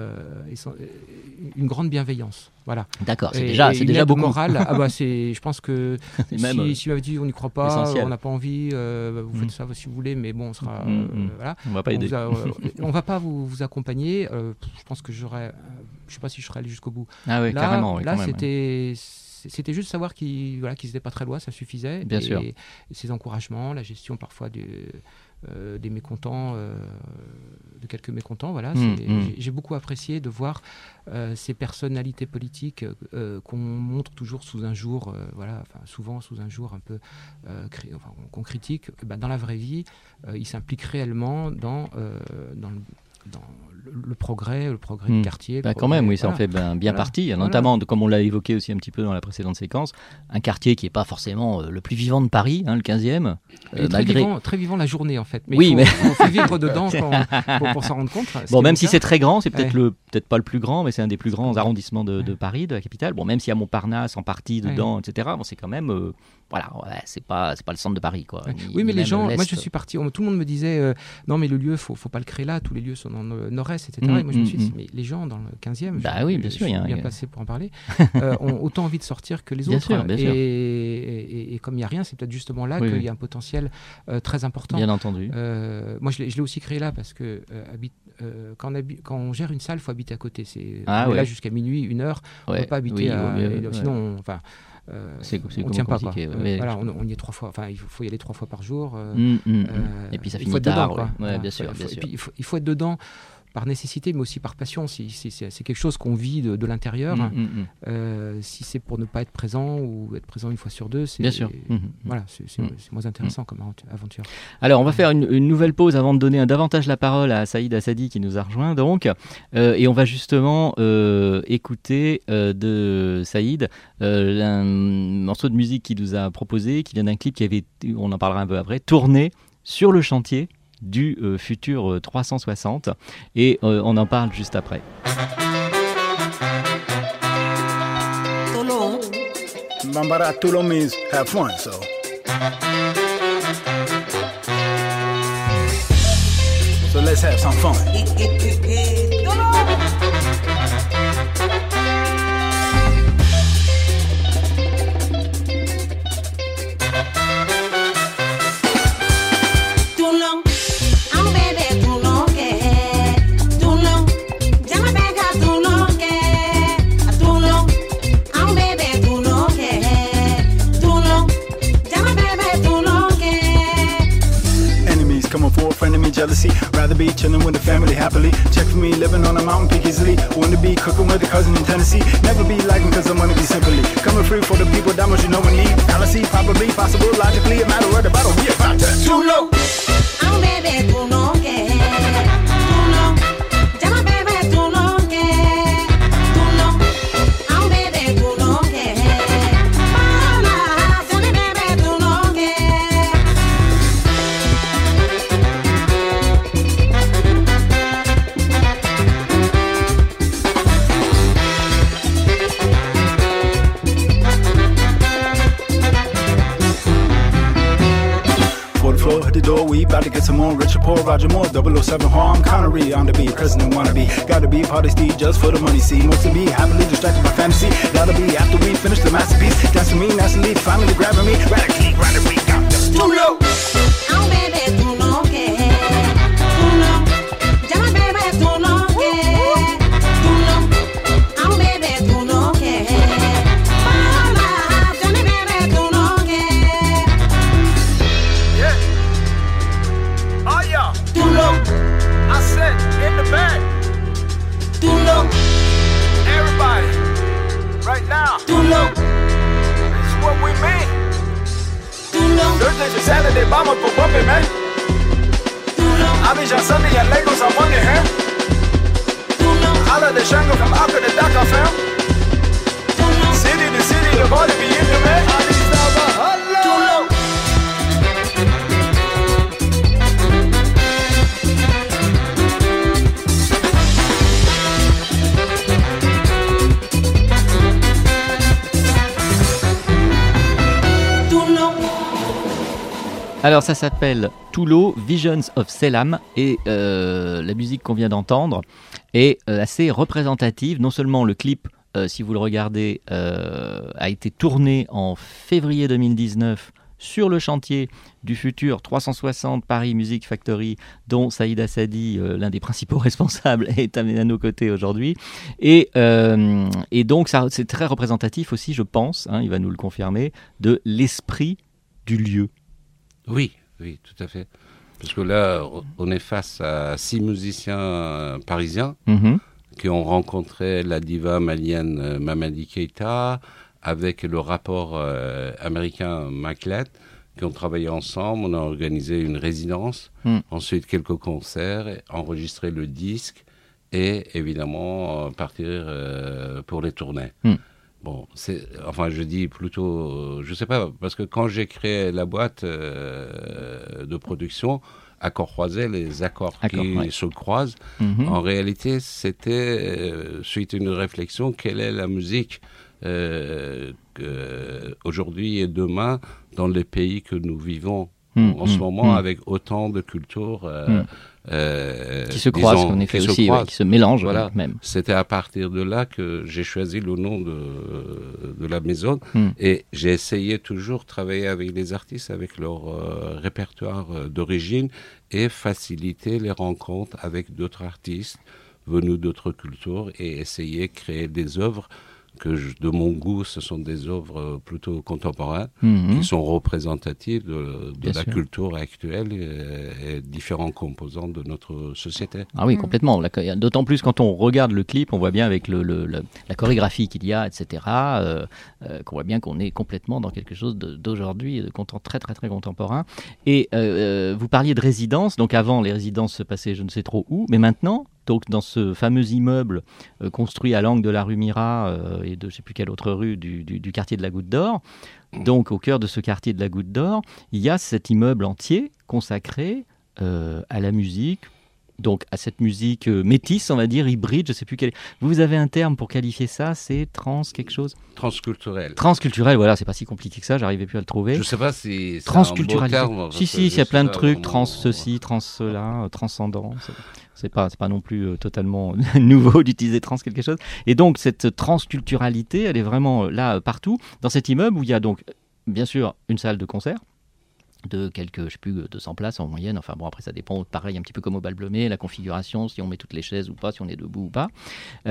une grande bienveillance. Voilà. D'accord, c'est déjà beaucoup. Morale, je pense que si on avait dit on n'y croit pas, essentiel. On n'a pas envie, vous faites ça si vous voulez, mais bon, on sera. Voilà. On va pas aider. On va pas vous accompagner. Je pense que je sais pas si je serais allé jusqu'au bout. Ah oui, carrément. Oui, là, c'était juste savoir qu'ils n'étaient pas très loin, ça suffisait. Bien sûr. Et ces encouragements, la gestion parfois des mécontents, de quelques mécontents. Voilà, j'ai beaucoup apprécié de voir ces personnalités politiques qu'on montre toujours sous un jour, souvent sous un jour un peu qu'on critique. Dans la vraie vie, ils s'impliquent réellement dans le progrès du quartier. Quand même, oui, ça en fait bien partie, notamment, comme on l'a évoqué aussi un petit peu dans la précédente séquence, un quartier qui n'est pas forcément le plus vivant de Paris, le 15e. Très vivant la journée, en fait. Mais oui, il faut vivre dedans pour s'en rendre compte. Bon, même si c'est très grand, c'est peut-être pas le plus grand, mais c'est un des plus grands arrondissements de Paris, de la capitale. Bon, même s'il y a Montparnasse en partie dedans, etc., bon, c'est quand même... c'est pas le centre de Paris, quoi. Oui, mais les gens... Moi, je suis parti... Tout le monde me disait non, mais le lieu, faut pas le créer là. Tous les lieux sont dans le nord-est, etc. Et moi, je me suis dit, mais les gens dans le 15e, bien sûr, bien placé pour en parler, ont autant envie de sortir que les autres. Bien sûr. Et comme il n'y a rien, c'est peut-être justement là qu'il y a un potentiel très important. Bien entendu. Moi, je l'ai aussi créé là parce que quand on gère une salle, il faut habiter à côté. Là jusqu'à minuit, 1h, on ne peut pas habiter sinon, c'est on tient pas, quoi. Voilà, on y est 3 fois. Enfin, il faut y aller 3 fois par jour. Et puis ça finit tard. Bien sûr. Il faut être dedans par nécessité, mais aussi par passion. C'est quelque chose qu'on vit de l'intérieur. Si c'est pour ne pas être présent ou être présent une fois sur deux, c'est, bien sûr. Voilà, c'est moins intéressant comme aventure. Alors, on va faire une nouvelle pause avant de donner davantage la parole à Saïd Assadi qui nous a rejoint. Donc, et on va justement écouter de Saïd un morceau de musique qu'il nous a proposé, qui vient d'un clip qui avait, on en parlera un peu après, tourné sur le chantier du futur 360 et on en parle juste après. Toulon. Bambara Toulon means have fun, so let's have some fun. Jealousy, rather be chilling with the family happily. Check for me, living on a mountain peak easily. Want to be cooking with a cousin in Tennessee. Never be lagging cause I want to be simply coming free for the people, that much you know we need. Fallacy, probably, possible, logically, a matter of the battle, we about to too low. I'm baby, too low, we about to get some more Richard Paul, Roger Moore, 007 Harm Connery on the beat, president wannabe. Gotta be party Steve just for the money, see. Most to be happily distracted by fantasy. Gotta be after we finish the masterpiece. Dance to me, naturally, finally grabbing me. Radically, radically, got just too low. Oh baby, too low, too low. Jama baby, too low, too low. Oh baby, too low, Johnny baby, too low, yeah. Oh yeah, too low. I said in the back. Too low. Everybody, right now. Too low. This is what we mean. Too low. Thursday to Saturday, vamos por bumping, man. Too low. Abidjan Sunday and Lagos on Monday, huh? Too low. Holla the Shango from Accra to Dakar, fam. Too low. City to city, the body be in the man. All these styles are holla. Too low. Alors ça s'appelle Toulo, Visions of Selam, et la musique qu'on vient d'entendre est assez représentative. Non seulement le clip, si vous le regardez, a été tourné en février 2019 sur le chantier du futur 360 Paris Music Factory, dont Saïd Assadi, l'un des principaux responsables, est à nos côtés aujourd'hui. Et donc, ça, c'est très représentatif aussi, je pense, il va nous le confirmer, de l'esprit du lieu. Oui, tout à fait. Parce que là, on est face à 6 musiciens parisiens qui ont rencontré la diva malienne Mamadi Keïta, avec le rapport américain McLeod, qui ont travaillé ensemble. On a organisé une résidence, ensuite quelques concerts, enregistré le disque et évidemment partir pour les tournées. Bon, je dis plutôt, je sais pas, parce que quand j'ai créé la boîte de production, Accords croisés, les accords qui se croisent, en réalité, c'était suite à une réflexion, quelle est la musique aujourd'hui et demain dans les pays que nous vivons en ce moment, avec autant de cultures qui se croisent, en effet, aussi, qui se mélangent. Voilà. Même. C'était à partir de là que j'ai choisi le nom de la maison, et j'ai essayé toujours de travailler avec les artistes, avec leur répertoire d'origine, et faciliter les rencontres avec d'autres artistes venus d'autres cultures, et essayer de créer des œuvres de mon goût, ce sont des œuvres plutôt contemporaines qui sont représentatives de la culture actuelle et différents composants de notre société. Ah oui, complètement. D'autant plus quand on regarde le clip, on voit bien avec la chorégraphie qu'il y a, etc., qu'on voit bien qu'on est complètement dans quelque chose d'aujourd'hui, de très très très contemporain. Et vous parliez de résidence, donc avant les résidences se passaient je ne sais trop où, mais maintenant, donc dans ce fameux immeuble construit à l'angle de la rue Mira et de je ne sais plus quelle autre rue du quartier de la Goutte d'Or, donc au cœur de ce quartier de la Goutte d'Or, il y a cet immeuble entier consacré à la musique, donc à cette musique métisse, on va dire, hybride, je ne sais plus quel. Vous avez un terme pour qualifier ça, c'est quelque chose Transculturel. Transculturel, voilà, c'est pas si compliqué que ça, j'arrivais plus à le trouver. Je ne sais pas si c'est un beau terme. Si, il y a plein de trucs, vraiment... trans ceci, trans cela, transcendant. C'est pas non plus totalement nouveau d'utiliser trans quelque chose. Et donc cette transculturalité, elle est vraiment là partout, dans cet immeuble où il y a donc bien sûr une salle de concert, de quelques, je sais plus, 200 places en moyenne. Enfin bon, après ça dépend, pareil, un petit peu comme au Bal-Bleumet, la configuration, si on met toutes les chaises ou pas, si on est debout ou pas.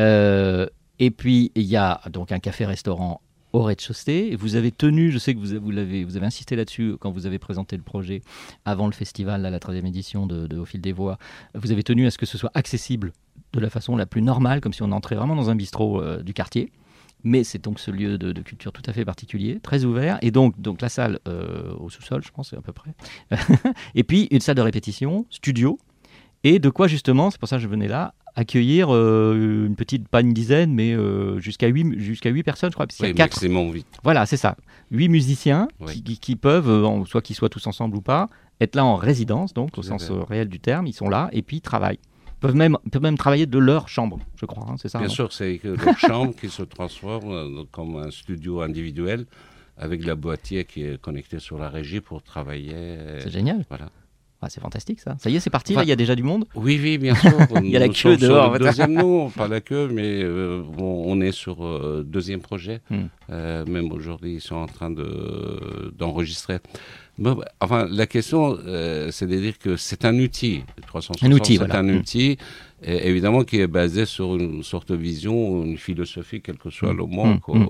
Et puis il y a donc un café-restaurant au rez-de-chaussée. Vous avez tenu, je sais que vous avez insisté là-dessus quand vous avez présenté le projet avant le festival, la 13e édition de Au fil des voix. Vous avez tenu à ce que ce soit accessible de la façon la plus normale, comme si on entrait vraiment dans un bistrot du quartier. Mais c'est donc ce lieu de culture tout à fait particulier, très ouvert, et donc la salle au sous-sol, je pense, à peu près. Et puis une salle de répétition, studio, et de quoi justement, c'est pour ça que je venais là, accueillir une petite, pas une dizaine, mais jusqu'à 8 personnes, je crois. Oui, maximum 8. Voilà, c'est ça. 8 musiciens qui peuvent, soit qu'ils soient tous ensemble ou pas, être là en résidence, donc au sens réel du terme, ils sont là, et puis ils travaillent. Peuvent même travailler de leur chambre, je crois, c'est ça. Bien sûr, c'est leur chambre qui se transforme comme un studio individuel avec la boîtier qui est connectée sur la régie pour travailler. C'est génial. Voilà. Ah, c'est fantastique ça. Ça y est, c'est parti, là, il y a déjà du monde. Oui, bien sûr. Il y a la queue dehors. Non, pas la queue, mais on est sur deuxième projet. Même aujourd'hui, ils sont en train d'enregistrer. Bon, enfin, la question, c'est de dire que c'est un outil. 360, c'est un outil, évidemment, qui est basé sur une sorte de vision, une philosophie, quel que soit le mot que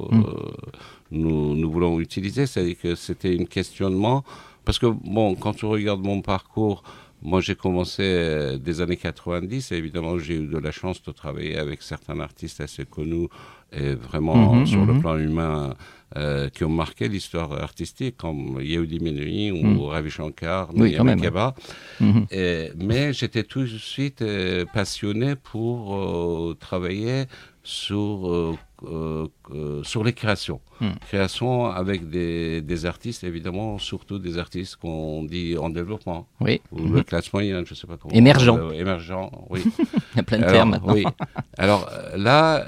nous voulons utiliser. C'est-à-dire que c'était un questionnement. Parce que, bon, quand tu regardes mon parcours, moi, j'ai commencé des années 90, et évidemment, j'ai eu de la chance de travailler avec certains artistes assez connus, et vraiment, sur le plan humain, qui ont marqué l'histoire artistique, comme Yehudi Menuhin ou Ravi Shankar, Myriam Makeba. Mais j'étais tout de suite passionné pour travailler sur sur les créations. Créations avec des artistes, évidemment, surtout des artistes qu'on dit en développement. Oui. Ou le classe moyenne, je ne sais pas comment. Émergent. Émergent, oui. Il y a plein de termes maintenant. Oui. Alors là,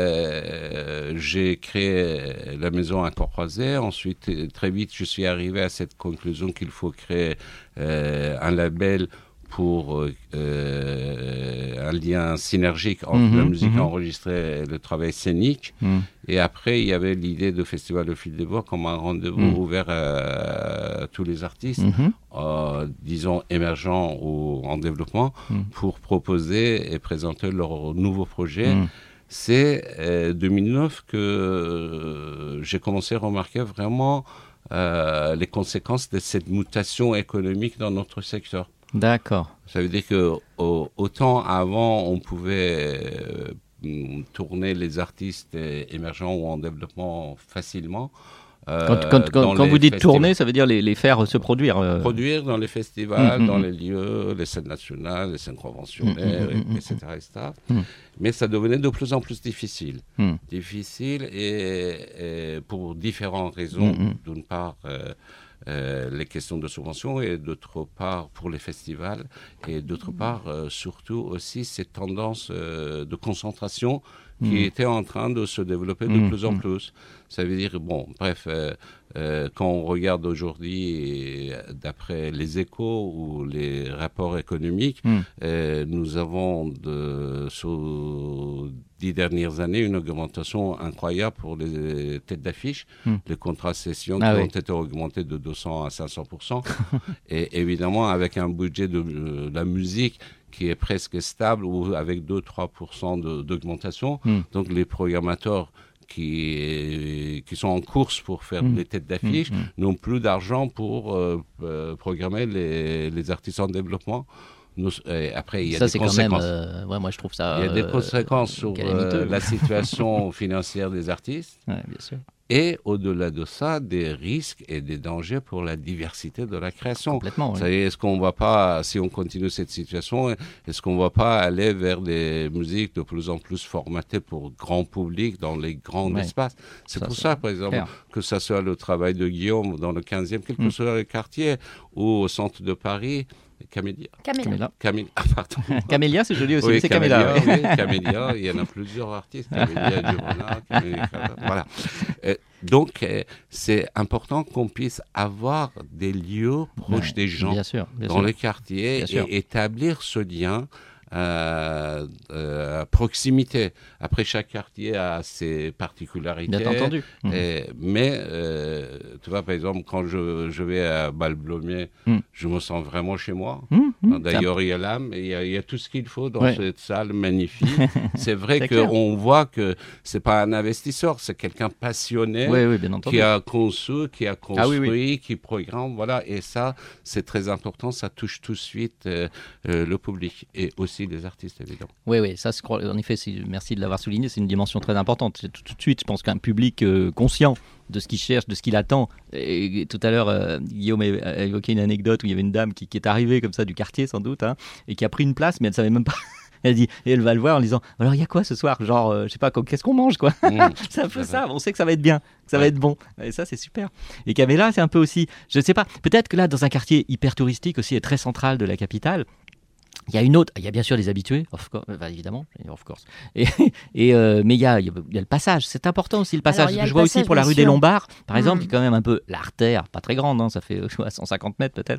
j'ai créé la maison à Port-Croisé. Ensuite, très vite, je suis arrivé à cette conclusion qu'il faut créer un label pour un lien synergique entre la musique enregistrée et le travail scénique. Et après, il y avait l'idée de Festival au fil des voix comme un rendez-vous ouvert à tous les artistes, disons émergents ou en développement, pour proposer et présenter leurs nouveaux projets. C'est 2009 que j'ai commencé à remarquer vraiment les conséquences de cette mutation économique dans notre secteur. D'accord. Ça veut dire que autant avant on pouvait tourner les artistes émergents ou en développement facilement. Quand vous dites tourner, ça veut dire les faire se produire. Produire dans les festivals, dans les lieux, les scènes nationales, les scènes conventionnelles, etc. Mais ça devenait de plus en plus difficile. Difficile et pour différentes raisons. D'une part, les questions de subvention et d'autre part pour les festivals et d'autre part surtout aussi cette tendance de concentration qui était en train de se développer de plus en plus. Ça veut dire, bon, bref, quand on regarde aujourd'hui, d'après les Échos ou les rapports économiques, nous avons sur 10 dernières années une augmentation incroyable pour les têtes d'affiche, les contrats de session qui ont été augmentés de 200 à 500%. Et évidemment, avec un budget de la musique qui est presque stable ou avec 2-3% d'augmentation. Donc les programmateurs qui sont en course pour faire des têtes d'affiche n'ont plus d'argent pour programmer les artistes en développement. Après, il y a des conséquences. Quand même, moi je trouve ça. Il y a des conséquences sur la situation financière des artistes. Ouais, bien sûr. Et au-delà de ça, des risques et des dangers pour la diversité de la création. Complètement, oui. Est-ce qu'on ne va pas, si on continue cette situation, est-ce qu'on ne va pas aller vers des musiques de plus en plus formatées pour grand public dans les grands espaces? C'est pour ça, par exemple, que ce soit le travail de Guillaume dans le 15e, quel que soit le quartier, ou au centre de Paris. Camélia. Pardon. Camélia, c'est joli aussi, oui, c'est Camélia. Oui, Camélia, il y en a plusieurs artistes. Camélia, Girona, voilà. Donc, c'est important qu'on puisse avoir des lieux proches des gens, dans les quartiers, et établir ce lien à proximité. Après, chaque quartier a ses particularités. Bien entendu. Mais, tu vois, par exemple, quand je vais à Balblomier, je me sens vraiment chez moi. D'ailleurs, il y a l'âme, il y a tout ce qu'il faut dans cette salle magnifique. C'est vrai qu'on voit que c'est pas un investisseur, c'est quelqu'un passionné qui a conçu, qui a construit, qui programme. Voilà. Et ça, c'est très important. Ça touche tout de suite le public et aussi les artistes, évidemment. Oui, ça, en effet, merci de l'avoir souligné, c'est une dimension très importante. Tout de suite, je pense qu'un public conscient de ce qu'il cherche, de ce qu'il attend. Et tout à l'heure, Guillaume a évoqué une anecdote où il y avait une dame qui est arrivée comme ça du quartier, sans doute, et qui a pris une place, mais elle ne savait même pas. Elle dit, et elle va le voir en disant, alors il y a quoi ce soir? Genre, je sais pas, qu'est-ce qu'on mange, quoi? C'est un peu ça, on sait que ça va être bien, que ça va être bon. Et ça, c'est super. Et Camélia, c'est un peu aussi, je ne sais pas, peut-être que là, dans un quartier hyper touristique aussi et très central de la capitale, il y a bien sûr les habitués, évidemment, of course. Mais il y a le passage, c'est important aussi le passage. Alors, je vois aussi pour la rue des Lombards, par exemple, qui est quand même un peu l'artère, pas très grande, ça fait 150 mètres peut-être.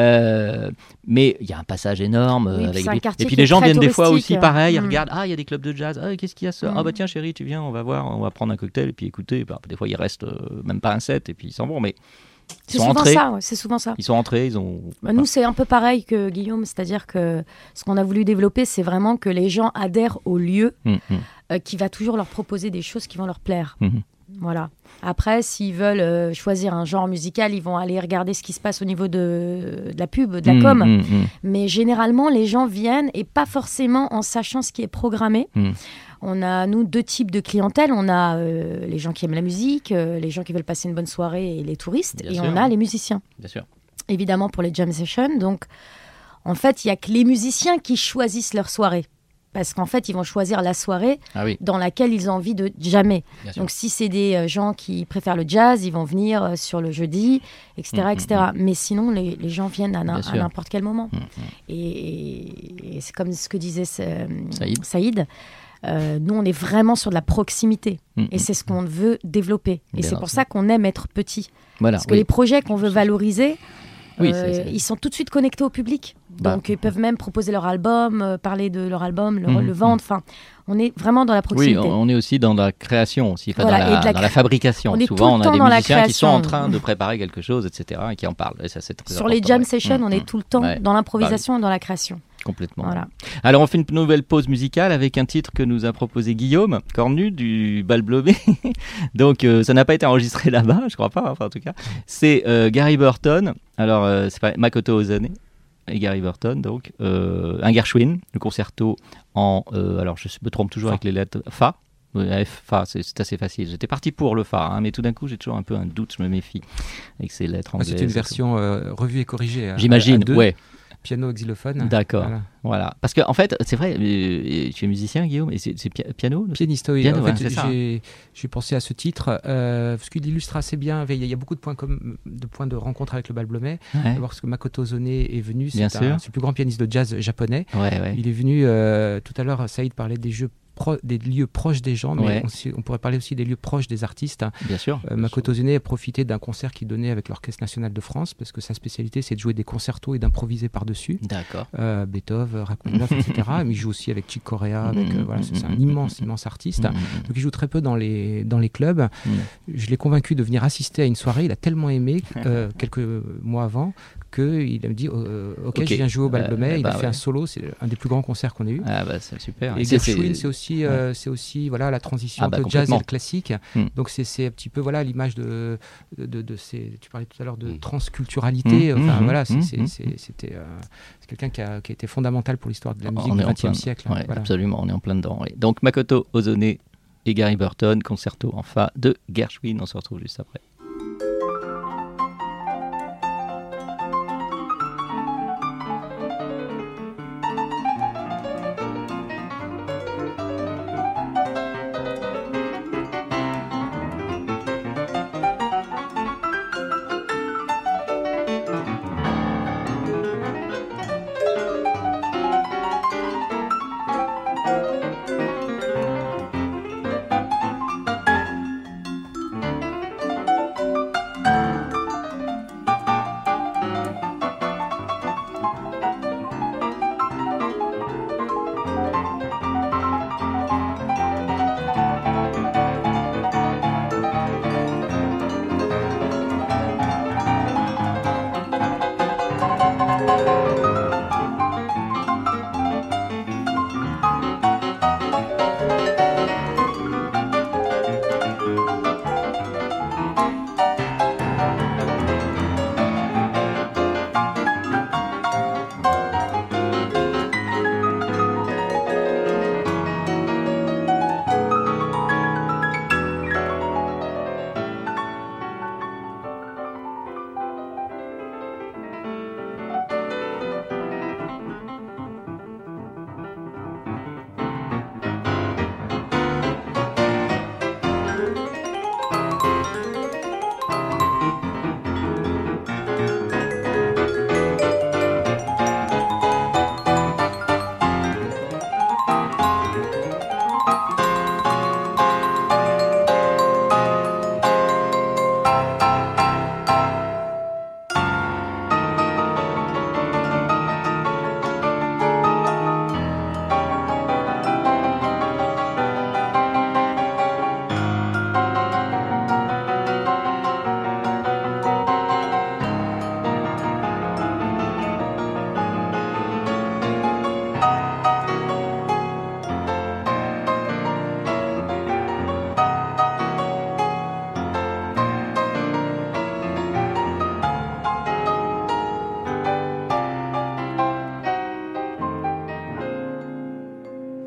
Mais il y a un passage énorme. Et puis les gens viennent des fois aussi, pareil, ils regardent, il y a des clubs de jazz, qu'est-ce qu'il y a ça? Ah bah tiens chérie, tu viens, on va voir, on va prendre un cocktail et puis écouter. Des fois ils restent même pas un set et puis ils s'en vont, mais... C'est souvent ça. Ils sont entrés, ils ont... Nous, c'est un peu pareil que Guillaume, c'est-à-dire que ce qu'on a voulu développer, c'est vraiment que les gens adhèrent au lieu qui va toujours leur proposer des choses qui vont leur plaire. Voilà. Après, s'ils veulent choisir un genre musical, ils vont aller regarder ce qui se passe au niveau de la pub, de la com. Mais généralement, les gens viennent et pas forcément en sachant ce qui est programmé. On a, nous, 2 types de clientèle. On a les gens qui aiment la musique, les gens qui veulent passer une bonne soirée et les touristes. Bien sûr. On a les musiciens. Bien sûr. Évidemment, pour les jam sessions. Donc, en fait, il n'y a que les musiciens qui choisissent leur soirée. Parce qu'en fait, ils vont choisir la soirée dans laquelle ils ont envie de jammer. Donc, si c'est des gens qui préfèrent le jazz, ils vont venir sur le jeudi, etc. etc. Mais sinon, les gens viennent à n'importe quel moment. Et c'est comme ce que disait Saïd. Nous, on est vraiment sur de la proximité. Et c'est ce qu'on veut développer. Et c'est pour ça qu'on aime être petit. Parce que les projets qu'on veut valoriser, ils sont tout de suite connectés au public. Donc, ils peuvent même proposer leur album, parler de leur album, le vendre. Enfin, on est vraiment dans la proximité. Oui, on est aussi dans la création, aussi, dans la fabrication. Souvent, on a des musiciens qui sont en train de préparer quelque chose, etc., et qui en parlent. Et ça, c'est très Sur les jam sessions, on est tout le temps dans l'improvisation et dans la création. Complètement. Voilà. Alors, on fait une nouvelle pause musicale avec un titre que nous a proposé Guillaume Cornu du Balblomé. Donc, ça n'a pas été enregistré là-bas, je crois pas, enfin, en tout cas. C'est Gary Burton. Alors, c'est pas Makoto Ozane et Gary Burton, donc un Gershwin, le concerto en alors je me trompe toujours avec les lettres Fa. Fa, c'est assez facile. J'étais parti pour le Fa, mais tout d'un coup j'ai toujours un peu un doute, je me méfie avec ces lettres anglaises. C'est une version revue et corrigée. J'imagine, ouais. Piano, xylophone. D'accord. Voilà. Parce qu'en fait, c'est vrai, tu es musicien, Guillaume, et c'est piano Pianiste, oui. Piano, en fait, j'ai pensé à ce titre parce qu'il illustre assez bien. Il y a beaucoup de points de rencontre avec le Balblomé. D'abord, parce que Makoto Ozane est venu, c'est le plus grand pianiste de jazz japonais. Il est venu, tout à l'heure, Saïd parlait des lieux proches des gens, mais on pourrait parler aussi des lieux proches des artistes. Bien sûr. Makoto Ozane a profité d'un concert qu'il donnait avec l'Orchestre National de France, parce que sa spécialité, c'est de jouer des concertos et d'improviser par-dessus. D'accord. Beethoven, Rachmaninoff, etc. Mais il joue aussi avec Chick Corea, c'est un immense artiste. Donc il joue très peu dans les clubs. Je l'ai convaincu de venir assister à une soirée. Il a tellement aimé, quelques mois avant, qu'il a dit ok, je viens jouer au Balblomé. Il a fait un solo, c'est un des plus grands concerts qu'on ait eu. Ah bah c'est super. Et Gershwin, c'est aussi voilà, la transition entre le jazz et le classique. Donc c'est un petit peu l'image de ces, tu parlais tout à l'heure de transculturalité. C'était quelqu'un qui a été fondamental pour l'histoire de la musique du XXe siècle. Absolument, on est en plein dedans. Donc Makoto Ozane et Gary Burton, concerto en fa de Gershwin. On se retrouve juste après.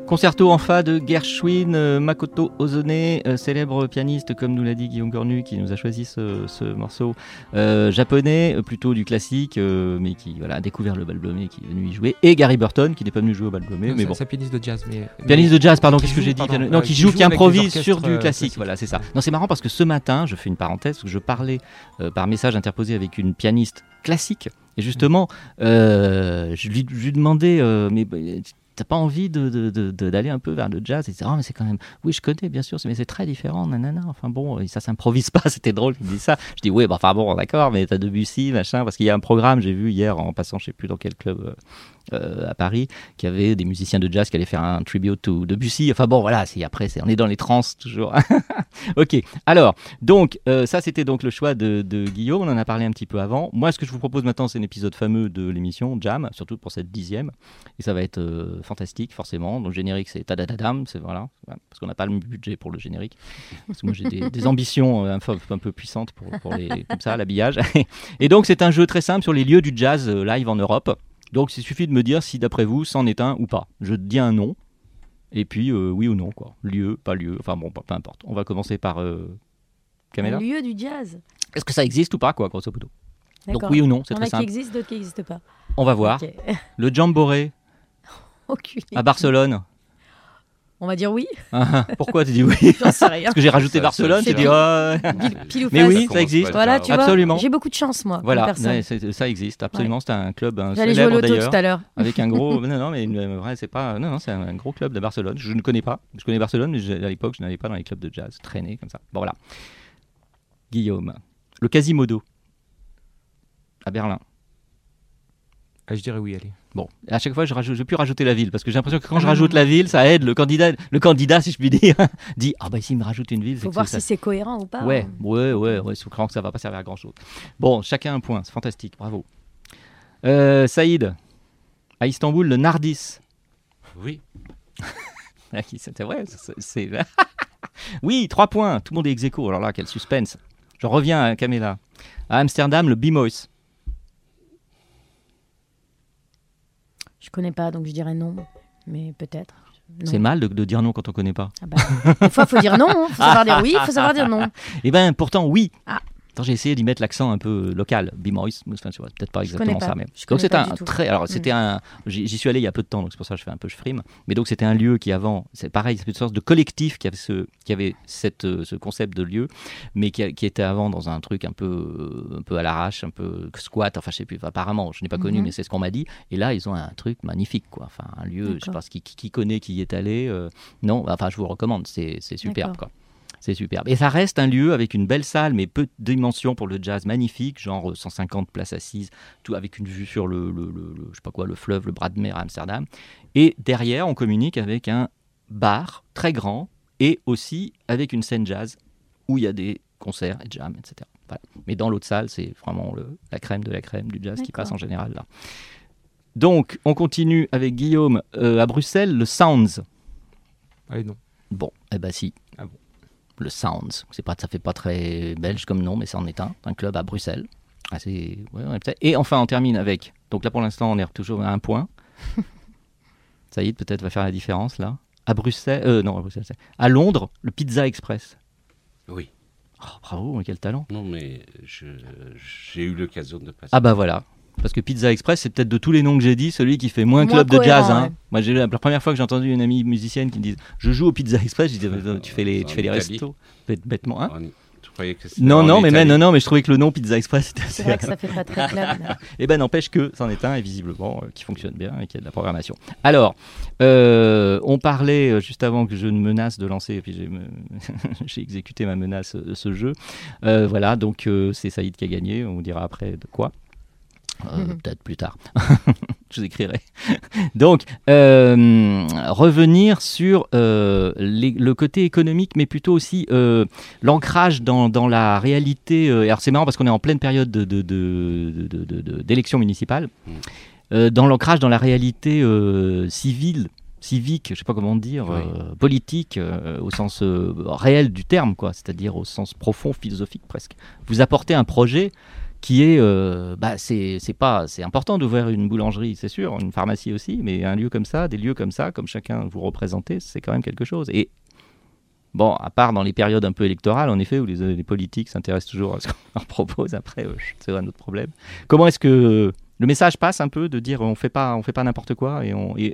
Concerto en fa de Gershwin Makoto Ozone, célèbre pianiste, comme nous l'a dit Guillaume Cornu, qui nous a choisi ce morceau japonais, plutôt du classique, mais qui a découvert le Balblomé, qui est venu y jouer, et Gary Burton, qui n'est pas venu jouer au Balblomé, mais bon. C'est pianiste de jazz. Pianiste de jazz, pardon, qu'est-ce que j'ai dit ? Non, qui improvise sur du classique, voilà, c'est ça. Non, c'est marrant parce que ce matin, je fais une parenthèse, parce que je parlais par message interposé avec une pianiste classique, et justement, je lui demandais, mais t'as pas envie d'aller un peu vers le jazz? Et il dit, mais c'est quand même, oui, je connais, bien sûr, mais c'est très différent, nanana. Enfin bon, ça s'improvise pas, c'était drôle qu'il dise ça. Je dis, oui, bon, d'accord, mais t'as Debussy, machin, parce qu'il y a un programme, j'ai vu hier en passant, je sais plus dans quel club à Paris, qui avait des musiciens de jazz qui allaient faire un tribute to Debussy. Enfin bon, voilà, on est dans les trans toujours. Ok, alors, donc, ça c'était donc le choix de Guillaume, on en a parlé un petit peu avant. Moi, ce que je vous propose maintenant, c'est un épisode fameux de l'émission Jam, surtout pour cette 10e, et ça va être fantastique, forcément. Donc, le générique, c'est tadadadam, c'est voilà, parce qu'on n'a pas le budget pour le générique. Parce que moi, j'ai des ambitions un peu puissantes pour comme ça, l'habillage. Et donc, c'est un jeu très simple sur les lieux du jazz live en Europe. Donc, il suffit de me dire si, d'après vous, c'en est un ou pas. Je dis un nom, et puis oui ou non, quoi. Lieu, pas lieu, enfin bon, peu importe. On va commencer par Camilla. Le lieu du jazz. Est-ce que ça existe ou pas, quoi, grosso modo? D'accord. Donc oui ou non, c'est très simple. Il y en a qui existent, d'autres qui n'existent pas. On va voir. Okay. Le Jamboree à Barcelone. On va dire oui. Pourquoi tu dis oui? J'en sais rien. Parce que j'ai rajouté Barcelone, tu dis pile ou face. Mais oui, ça existe. Voilà, tu absolument. Vois, j'ai beaucoup de chance, moi. Voilà, ça existe, absolument. Ouais. C'est un club J'allais célèbre jouer au loto d'ailleurs. Tout à l'heure. Avec un gros. Non, mais vrai, c'est pas. Non, c'est un gros club de Barcelone. Je ne connais pas. Je connais Barcelone, mais à l'époque, je n'allais pas dans les clubs de jazz traîner comme ça. Bon, voilà. Guillaume. Le Quasimodo à Berlin. Je dirais oui, allez. Bon, à chaque fois, je vais plus rajouter la ville, parce que j'ai l'impression que quand je rajoute la ville, ça aide le candidat, si je puis dire, dit s'il me rajoute une ville, faut voir si c'est cohérent ou pas. Ouais, souvent que ça va pas servir à grand chose. Bon, chacun un point, c'est fantastique, bravo. Saïd, à Istanbul, le Nardis. Oui. C'était vrai, c'est... Oui, 3 points, tout le monde est ex-aequo, alors là, quel suspense. Je reviens à Camilla. À Amsterdam, le Bimois. Je connais pas, donc je dirais non, mais peut-être. Non. C'est mal de dire non quand on connaît pas. Des fois, il faut dire non, il faut savoir dire oui, il faut savoir dire non. Eh bien, pourtant, oui. Attends, j'ai essayé d'y mettre l'accent un peu local, Bimois, enfin, tu vois, peut-être pas exactement ça, mais donc c'est un très. Alors c'était j'y suis allé il y a peu de temps, donc c'est pour ça que je frime. Mais donc c'était un lieu qui avant, c'est pareil, c'est une sorte de collectif qui avait ce concept de lieu, mais qui était avant dans un truc un peu à l'arrache, un peu squat. Enfin, je sais plus. Apparemment, je n'ai pas connu, mais c'est ce qu'on m'a dit. Et là, ils ont un truc magnifique, quoi. Enfin, un lieu, d'accord. Je sais pas qui connaît, qui y est allé. Non, enfin, je vous recommande. C'est superbe, quoi. C'est superbe. Et ça reste un lieu avec une belle salle, mais peu de dimensions pour le jazz, magnifique, genre 150 places assises, tout avec une vue sur le fleuve, le bras de mer à Amsterdam. Et derrière, on communique avec un bar très grand et aussi avec une scène jazz où il y a des concerts et jam, etc. Voilà. Mais dans l'autre salle, c'est vraiment la crème de la crème du jazz qui passe en général là. Donc, on continue avec Guillaume à Bruxelles, le Sounds. Ah non. Bon, eh ben si. Ah bon. Le Sounds, ça fait pas très belge comme nom, mais c'en est un club à Bruxelles. Et enfin, on termine avec, donc là pour l'instant, on est toujours à 1 point. Saïd, peut-être, va faire la différence là. À Bruxelles, à Londres, le Pizza Express. Oui. Oh, bravo, quel talent. Non, mais j'ai eu l'occasion de passer. Ah bah voilà. Parce que Pizza Express, c'est peut-être de tous les noms que j'ai dit, celui qui fait moins club de jazz. Hein. Ouais. Moi, la première fois que j'ai entendu une amie musicienne qui me dit « Je joue au Pizza Express », je disais « Tu fais les restos ?» Bêtement, hein. Tu croyais que c'était non, mais je trouvais que le nom Pizza Express, c'était assez... C'est vrai que ça fait pas très club. Eh ben, n'empêche que c'en est un, et visiblement, qui fonctionne bien et qui a de la programmation. Alors, on parlait, juste avant que je ne menace de lancer, et puis j'ai exécuté ma menace de ce jeu. Voilà, donc c'est Saïd qui a gagné, on vous dira après de quoi. Peut-être plus tard, je vous écrirai. Donc, revenir sur le côté économique, mais plutôt aussi l'ancrage dans la réalité. Alors c'est marrant parce qu'on est en pleine période d'élection municipale. Dans l'ancrage dans la réalité civique, je ne sais pas comment dire, politique, au sens réel du terme, quoi, c'est-à-dire au sens profond, philosophique presque. Vous apportez un projet qui est, c'est important d'ouvrir une boulangerie, c'est sûr, une pharmacie aussi, mais un lieu comme ça, des lieux comme ça, comme chacun vous représentez, c'est quand même quelque chose. Et bon, à part dans les périodes un peu électorales, en effet, où les politiques s'intéressent toujours à ce qu'on leur propose, après, c'est un autre problème. Comment est-ce que le message passe un peu de dire on fait pas n'importe quoi et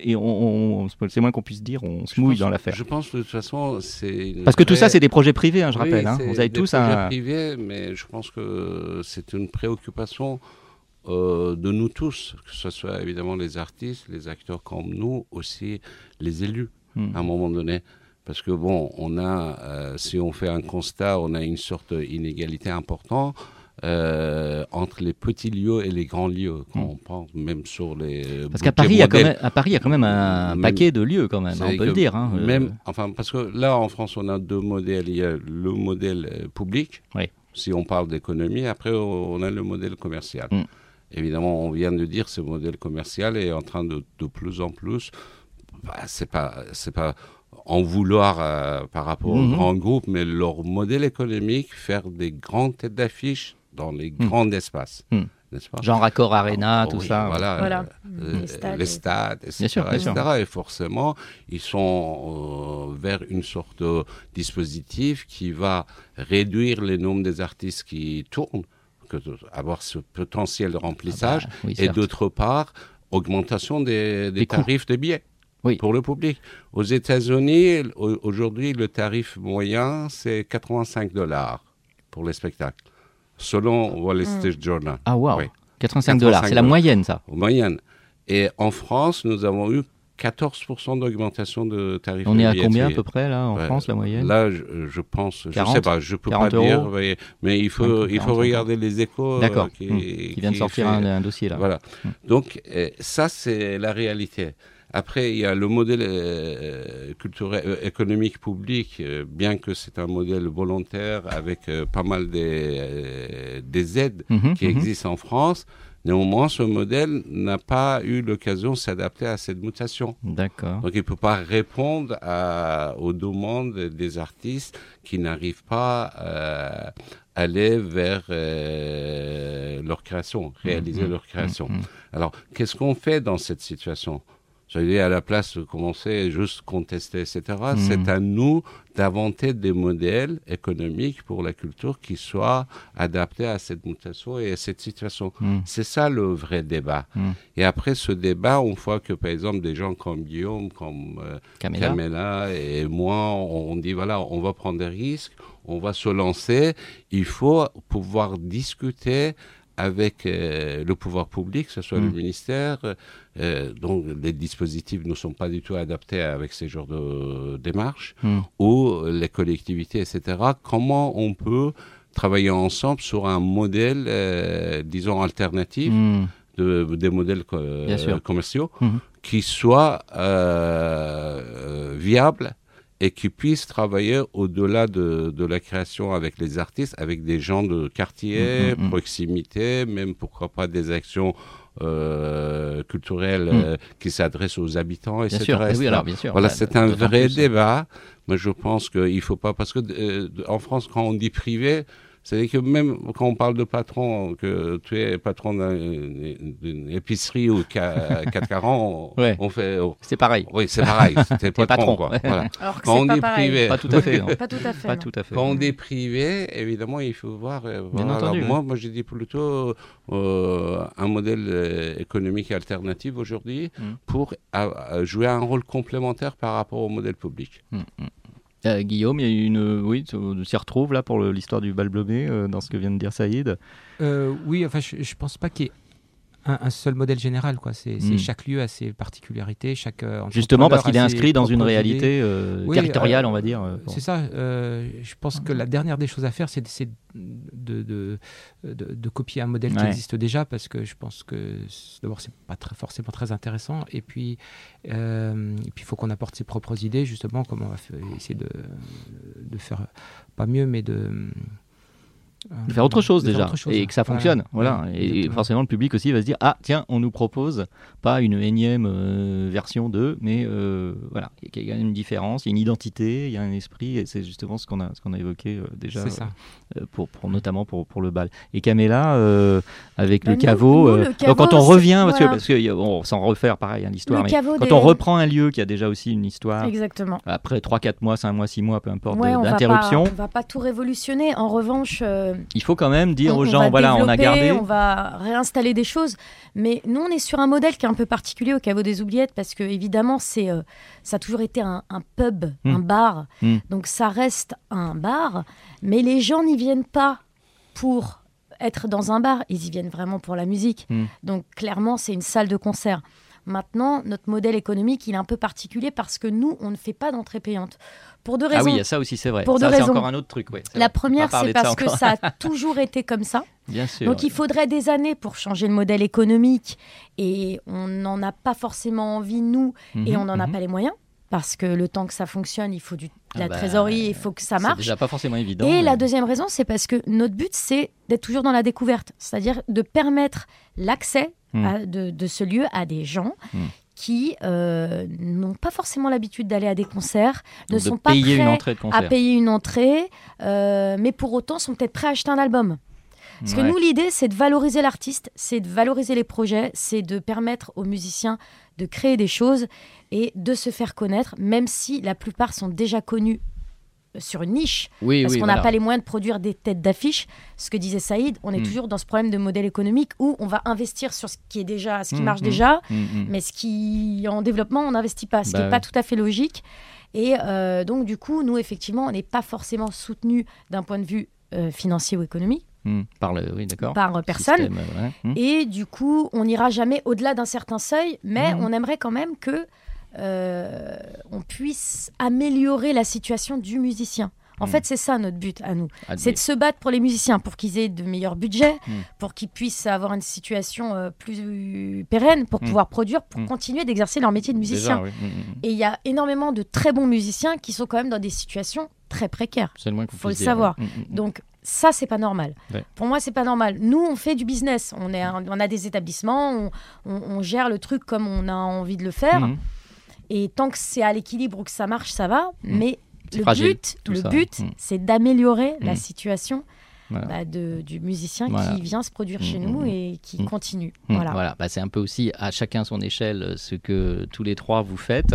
c'est moins qu'on puisse dire on se mouille dans l'affaire. Je pense de toute façon parce que tout ça c'est des projets privés, je rappelle. Vous avez tous un projet privé, mais je pense que c'est une préoccupation de nous tous, que ce soit évidemment les artistes, les acteurs comme nous, aussi les élus à un moment donné. Parce que bon, on a, si on fait un constat, on a une sorte d'inégalité importante. Entre les petits lieux et les grands lieux, quand on pense même sur les. Parce qu'à Paris, il y a quand même un paquet de lieux, quand même, on peut le dire. Parce que là, en France, on a deux modèles. Il y a le modèle public, si on parle d'économie, après, on a le modèle commercial. Évidemment, on vient de dire que ce modèle commercial est en train de plus en plus. C'est pas en vouloir par rapport aux grands groupes, mais leur modèle économique, faire des grandes têtes d'affiche dans les grands espaces. N'est-ce pas? Genre Accor Arena, tout ça. Voilà. Les stades, etc. Bien sûr. Et forcément, ils sont vers une sorte de dispositif qui va réduire le nombre des artistes qui tournent, avoir ce potentiel de remplissage, et d'autre part, augmentation des tarifs des billets. Pour le public. Aux États-Unis, aujourd'hui, le tarif moyen, c'est $85 pour les spectacles, selon Wall Street Journal. Ah, wow. $85, c'est la moyenne, ça. Moyenne. Et en France, nous avons eu 14% d'augmentation de tarifs. On est à combien à peu près, là, en France, la moyenne? Là, je pense, 40, je ne sais pas, je ne peux pas dire, mais il faut regarder les Échos. Qui viennent de sortir un dossier, là. Voilà. Donc, ça, c'est la réalité. Après, il y a le modèle culturel, économique public, bien que c'est un modèle volontaire avec pas mal des aides qui existent en France. Néanmoins, ce modèle n'a pas eu l'occasion de s'adapter à cette mutation. D'accord. Donc, il ne peut pas répondre aux demandes des artistes qui n'arrivent pas à aller vers leur création, réaliser leur création. Alors, qu'est-ce qu'on fait dans cette situation ? C'est-à-dire, à la place de commencer juste contester, etc., c'est à nous d'inventer des modèles économiques pour la culture qui soient adaptés à cette mutation et à cette situation. C'est ça le vrai débat. Et après ce débat, on voit que, par exemple, des gens comme Guillaume, comme Camilla et moi, on dit, voilà, on va prendre des risques, on va se lancer. Il faut pouvoir discuter avec le pouvoir public, que ce soit le ministère, dont les dispositifs ne sont pas du tout adaptés avec ces genres de démarches, ou les collectivités, etc. Comment on peut travailler ensemble sur un modèle, disons, alternatif, des modèles commerciaux, qui soit viable et qui puissent travailler au-delà de la création avec les artistes, avec des gens de quartier, proximité, même pourquoi pas des actions culturelles qui s'adressent aux habitants, etc. Bien sûr. Oui, alors, bien sûr. Voilà, c'est un vrai débat. Mais je pense qu'il ne faut pas... Parce que en France, quand on dit privé... C'est-à-dire que même quand on parle de patron, que tu es patron d'une épicerie ou 440, on fait... c'est pareil. Oui, c'est pareil. C'était patron, quoi. Voilà. Alors que quand on dit privé... Pas tout à fait. Pas tout à fait. Pas tout à fait. Quand on dit privé, évidemment, il faut voir... Bien entendu. Alors, moi, je dis plutôt un modèle économique alternatif aujourd'hui pour jouer un rôle complémentaire par rapport au modèle public. Guillaume, il y a une, tu s'y retrouves là pour l'histoire du bal Blomet dans ce que vient de dire Saïd. Oui, enfin, je pense pas qu'il y ait un seul modèle général, quoi. C'est chaque lieu a ses particularités, chaque justement parce qu'il est inscrit dans une réalité territoriale, on va dire. C'est ça. Je pense que la dernière des choses à faire, c'est d'essayer de copier un modèle qui existe déjà, parce que je pense que d'abord c'est pas forcément très intéressant, et puis il faut qu'on apporte ses propres idées, justement, comment on va essayer de faire pas mieux, mais de faire autre chose déjà, et que ça fonctionne. Voilà. Et forcément, le public aussi va se dire, ah tiens, on nous propose pas une énième version 2, mais voilà, il y a une différence, il y a une identité, il y a un esprit, et c'est justement ce qu'on a évoqué déjà, notamment pour le bal. Et Camilla, avec le caveau, donc quand on revient, parce que on s'en refaire pareil, l'histoire, mais quand on reprend un lieu qui a déjà aussi une histoire, exactement. Après 3-4 mois, 5 mois, 6 mois, peu importe, d'interruption. On va pas tout révolutionner. En revanche, il faut quand même dire aux gens, voilà, on a gardé. On va réinstaller des choses. Mais nous, on est sur un modèle qui est un peu particulier au Caveau des Oubliettes parce que, évidemment, ça a toujours été un pub, un bar. Donc, ça reste un bar. Mais les gens n'y viennent pas pour être dans un bar. Ils y viennent vraiment pour la musique. Donc, clairement, c'est une salle de concert. Maintenant, notre modèle économique, il est un peu particulier parce que nous, on ne fait pas d'entrée payante. Pour deux raisons. Ah oui, il y a ça aussi, c'est vrai. Pour ça, deux c'est raisons. encore un autre truc. Ouais, la première, c'est parce que ça a toujours été comme ça. Bien sûr. Donc, il faudrait des années pour changer le modèle économique. Et on n'en a pas forcément envie, nous, et on n'en a pas les moyens. Parce que le temps que ça fonctionne, il faut de la trésorerie, il faut que ça marche. C'est déjà pas forcément évident. Et la deuxième raison, c'est parce que notre but, c'est d'être toujours dans la découverte. C'est-à-dire de permettre l'accès de ce lieu à des gens qui n'ont pas forcément l'habitude d'aller à des concerts, ne sont pas prêts à payer une entrée, mais pour autant sont peut-être prêts à acheter un album. Parce que nous, l'idée, c'est de valoriser l'artiste, c'est de valoriser les projets, c'est de permettre aux musiciens de créer des choses et de se faire connaître, même si la plupart sont déjà connus sur une niche, parce qu'on n'a pas les moyens de produire des têtes d'affiche. Ce que disait Saïd, on est toujours dans ce problème de modèle économique où on va investir sur ce qui marche déjà, mais ce qui est en développement, on n'investit pas, ce qui n'est pas tout à fait logique. Et donc, du coup, nous, effectivement, on n'est pas forcément soutenus d'un point de vue financier ou économique. Par personne. Système, Et du coup, on n'ira jamais au-delà d'un certain seuil, mais on aimerait quand même que on puisse améliorer la situation du musicien. En fait, c'est ça notre but à nous. C'est de se battre pour les musiciens, pour qu'ils aient de meilleurs budgets, pour qu'ils puissent avoir une situation plus pérenne, pour pouvoir produire, pour continuer d'exercer leur métier de musicien. Déjà, Et il y a énormément de très bons musiciens qui sont quand même dans des situations très précaires. C'est le moins qu'on faut le dire, savoir. Donc, ça, c'est pas normal. Pour moi, c'est pas normal. Nous, on fait du business. On a des établissements, on gère le truc comme on a envie de le faire. Et tant que c'est à l'équilibre ou que ça marche, ça va. Mais le but, c'est d'améliorer la situation du musicien qui vient se produire chez nous et qui continue. Voilà. C'est un peu aussi à chacun son échelle ce que tous les trois vous faites.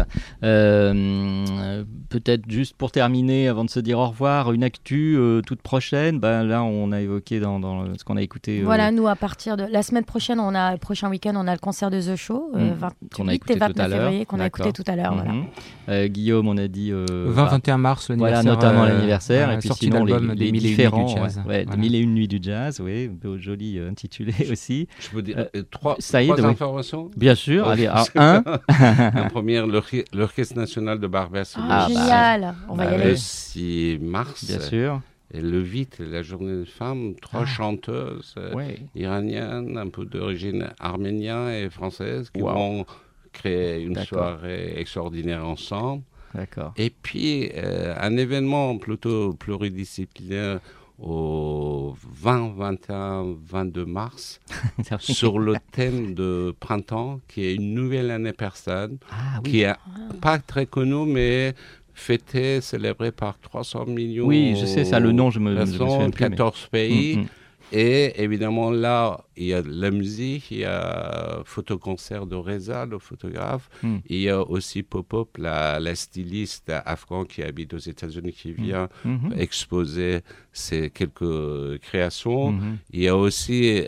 Peut-être juste pour terminer, avant de se dire au revoir, une actu toute prochaine. Là, on a évoqué dans ce qu'on a écouté. Voilà, nous, à partir de la semaine prochaine, le prochain week-end, on a le concert de The Show, 28 et 29 février, qu'on a écouté tout à l'heure. Guillaume, on a dit 20-21 mars, l'anniversaire. Voilà, notamment l'anniversaire. Et puis sinon, les des différents. Voilà. 1001 nuits du jazz, oui, un peu joli intitulé aussi. Je peux dire trois informations. Bien sûr, allez, La première, l'Orchestre National de Barbès. Génial, on va y aller. Le 6 mars. Bien sûr. Et le 8, la journée des femmes, 3 chanteuses iraniennes, un peu d'origine arménienne et française, qui vont créer une soirée extraordinaire ensemble. D'accord. Et puis, un événement plutôt pluridisciplinaire au 20, 21, 22 mars sur le thème de printemps, qui est une nouvelle année persane, qui est pas très connue, mais fêtée, célébrée par 300 millions. Oui, je sais ça, le nom, je me souviens plus. 14 pays. Et évidemment, là, il y a la musique, il y a photoconcert de Reza, le photographe. Il y a aussi Pop-Up, la styliste afghane qui habite aux États-Unis, qui vient exposer ses quelques créations. Il y a aussi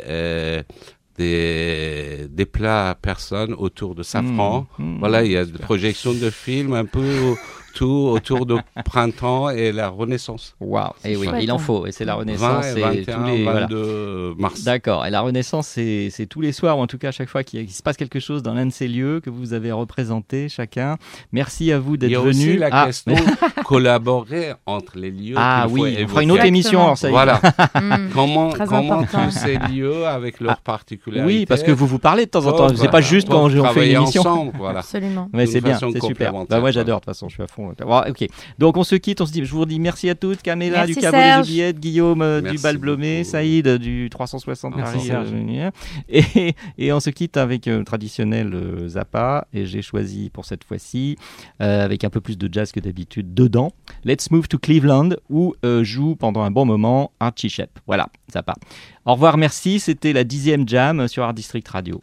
des plats personnes autour de safran. Voilà, il y a des projections de films un peu tout autour de printemps et la Renaissance. Waouh, et oui, il en faut, et c'est la Renaissance. 20 et 21, tous les 22 mars. D'accord, et la Renaissance, c'est tous les soirs, ou en tout cas à chaque fois qu'il se passe quelque chose dans l'un de ces lieux que vous avez représenté chacun. Merci à vous d'être venus. Il y a aussi la question collaborer entre les lieux. Oui, on fera une autre émission. Alors ça voilà. Comment tous ces lieux avec leurs particularités. Oui, parce que vous parlez de temps en temps. C'est pas juste quand on fait une émission. Ensemble, voilà. Absolument. Mais c'est bien, c'est super. Moi j'adore, de toute façon, je suis à fond. fond. Ok. Donc on se quitte, je vous dis merci à toutes. Caméla du Caveau des Oubliettes, Guillaume du Balblomé, Saïd du 360 Paris. Et on se quitte avec traditionnel Zappa. Et j'ai choisi pour cette fois-ci, avec un peu plus de jazz que d'habitude dedans, Let's Move to Cleveland, où joue pendant un bon moment Archie Shepp. Voilà, Zappa. Au revoir, merci. C'était la 10e Jam sur Art District Radio.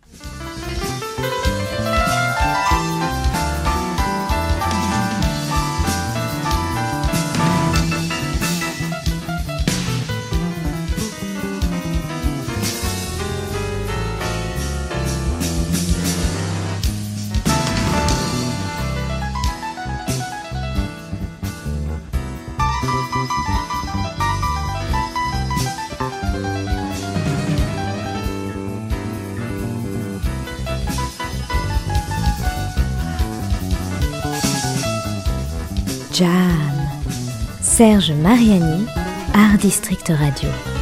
Jam. Serge Mariani, Art District Radio.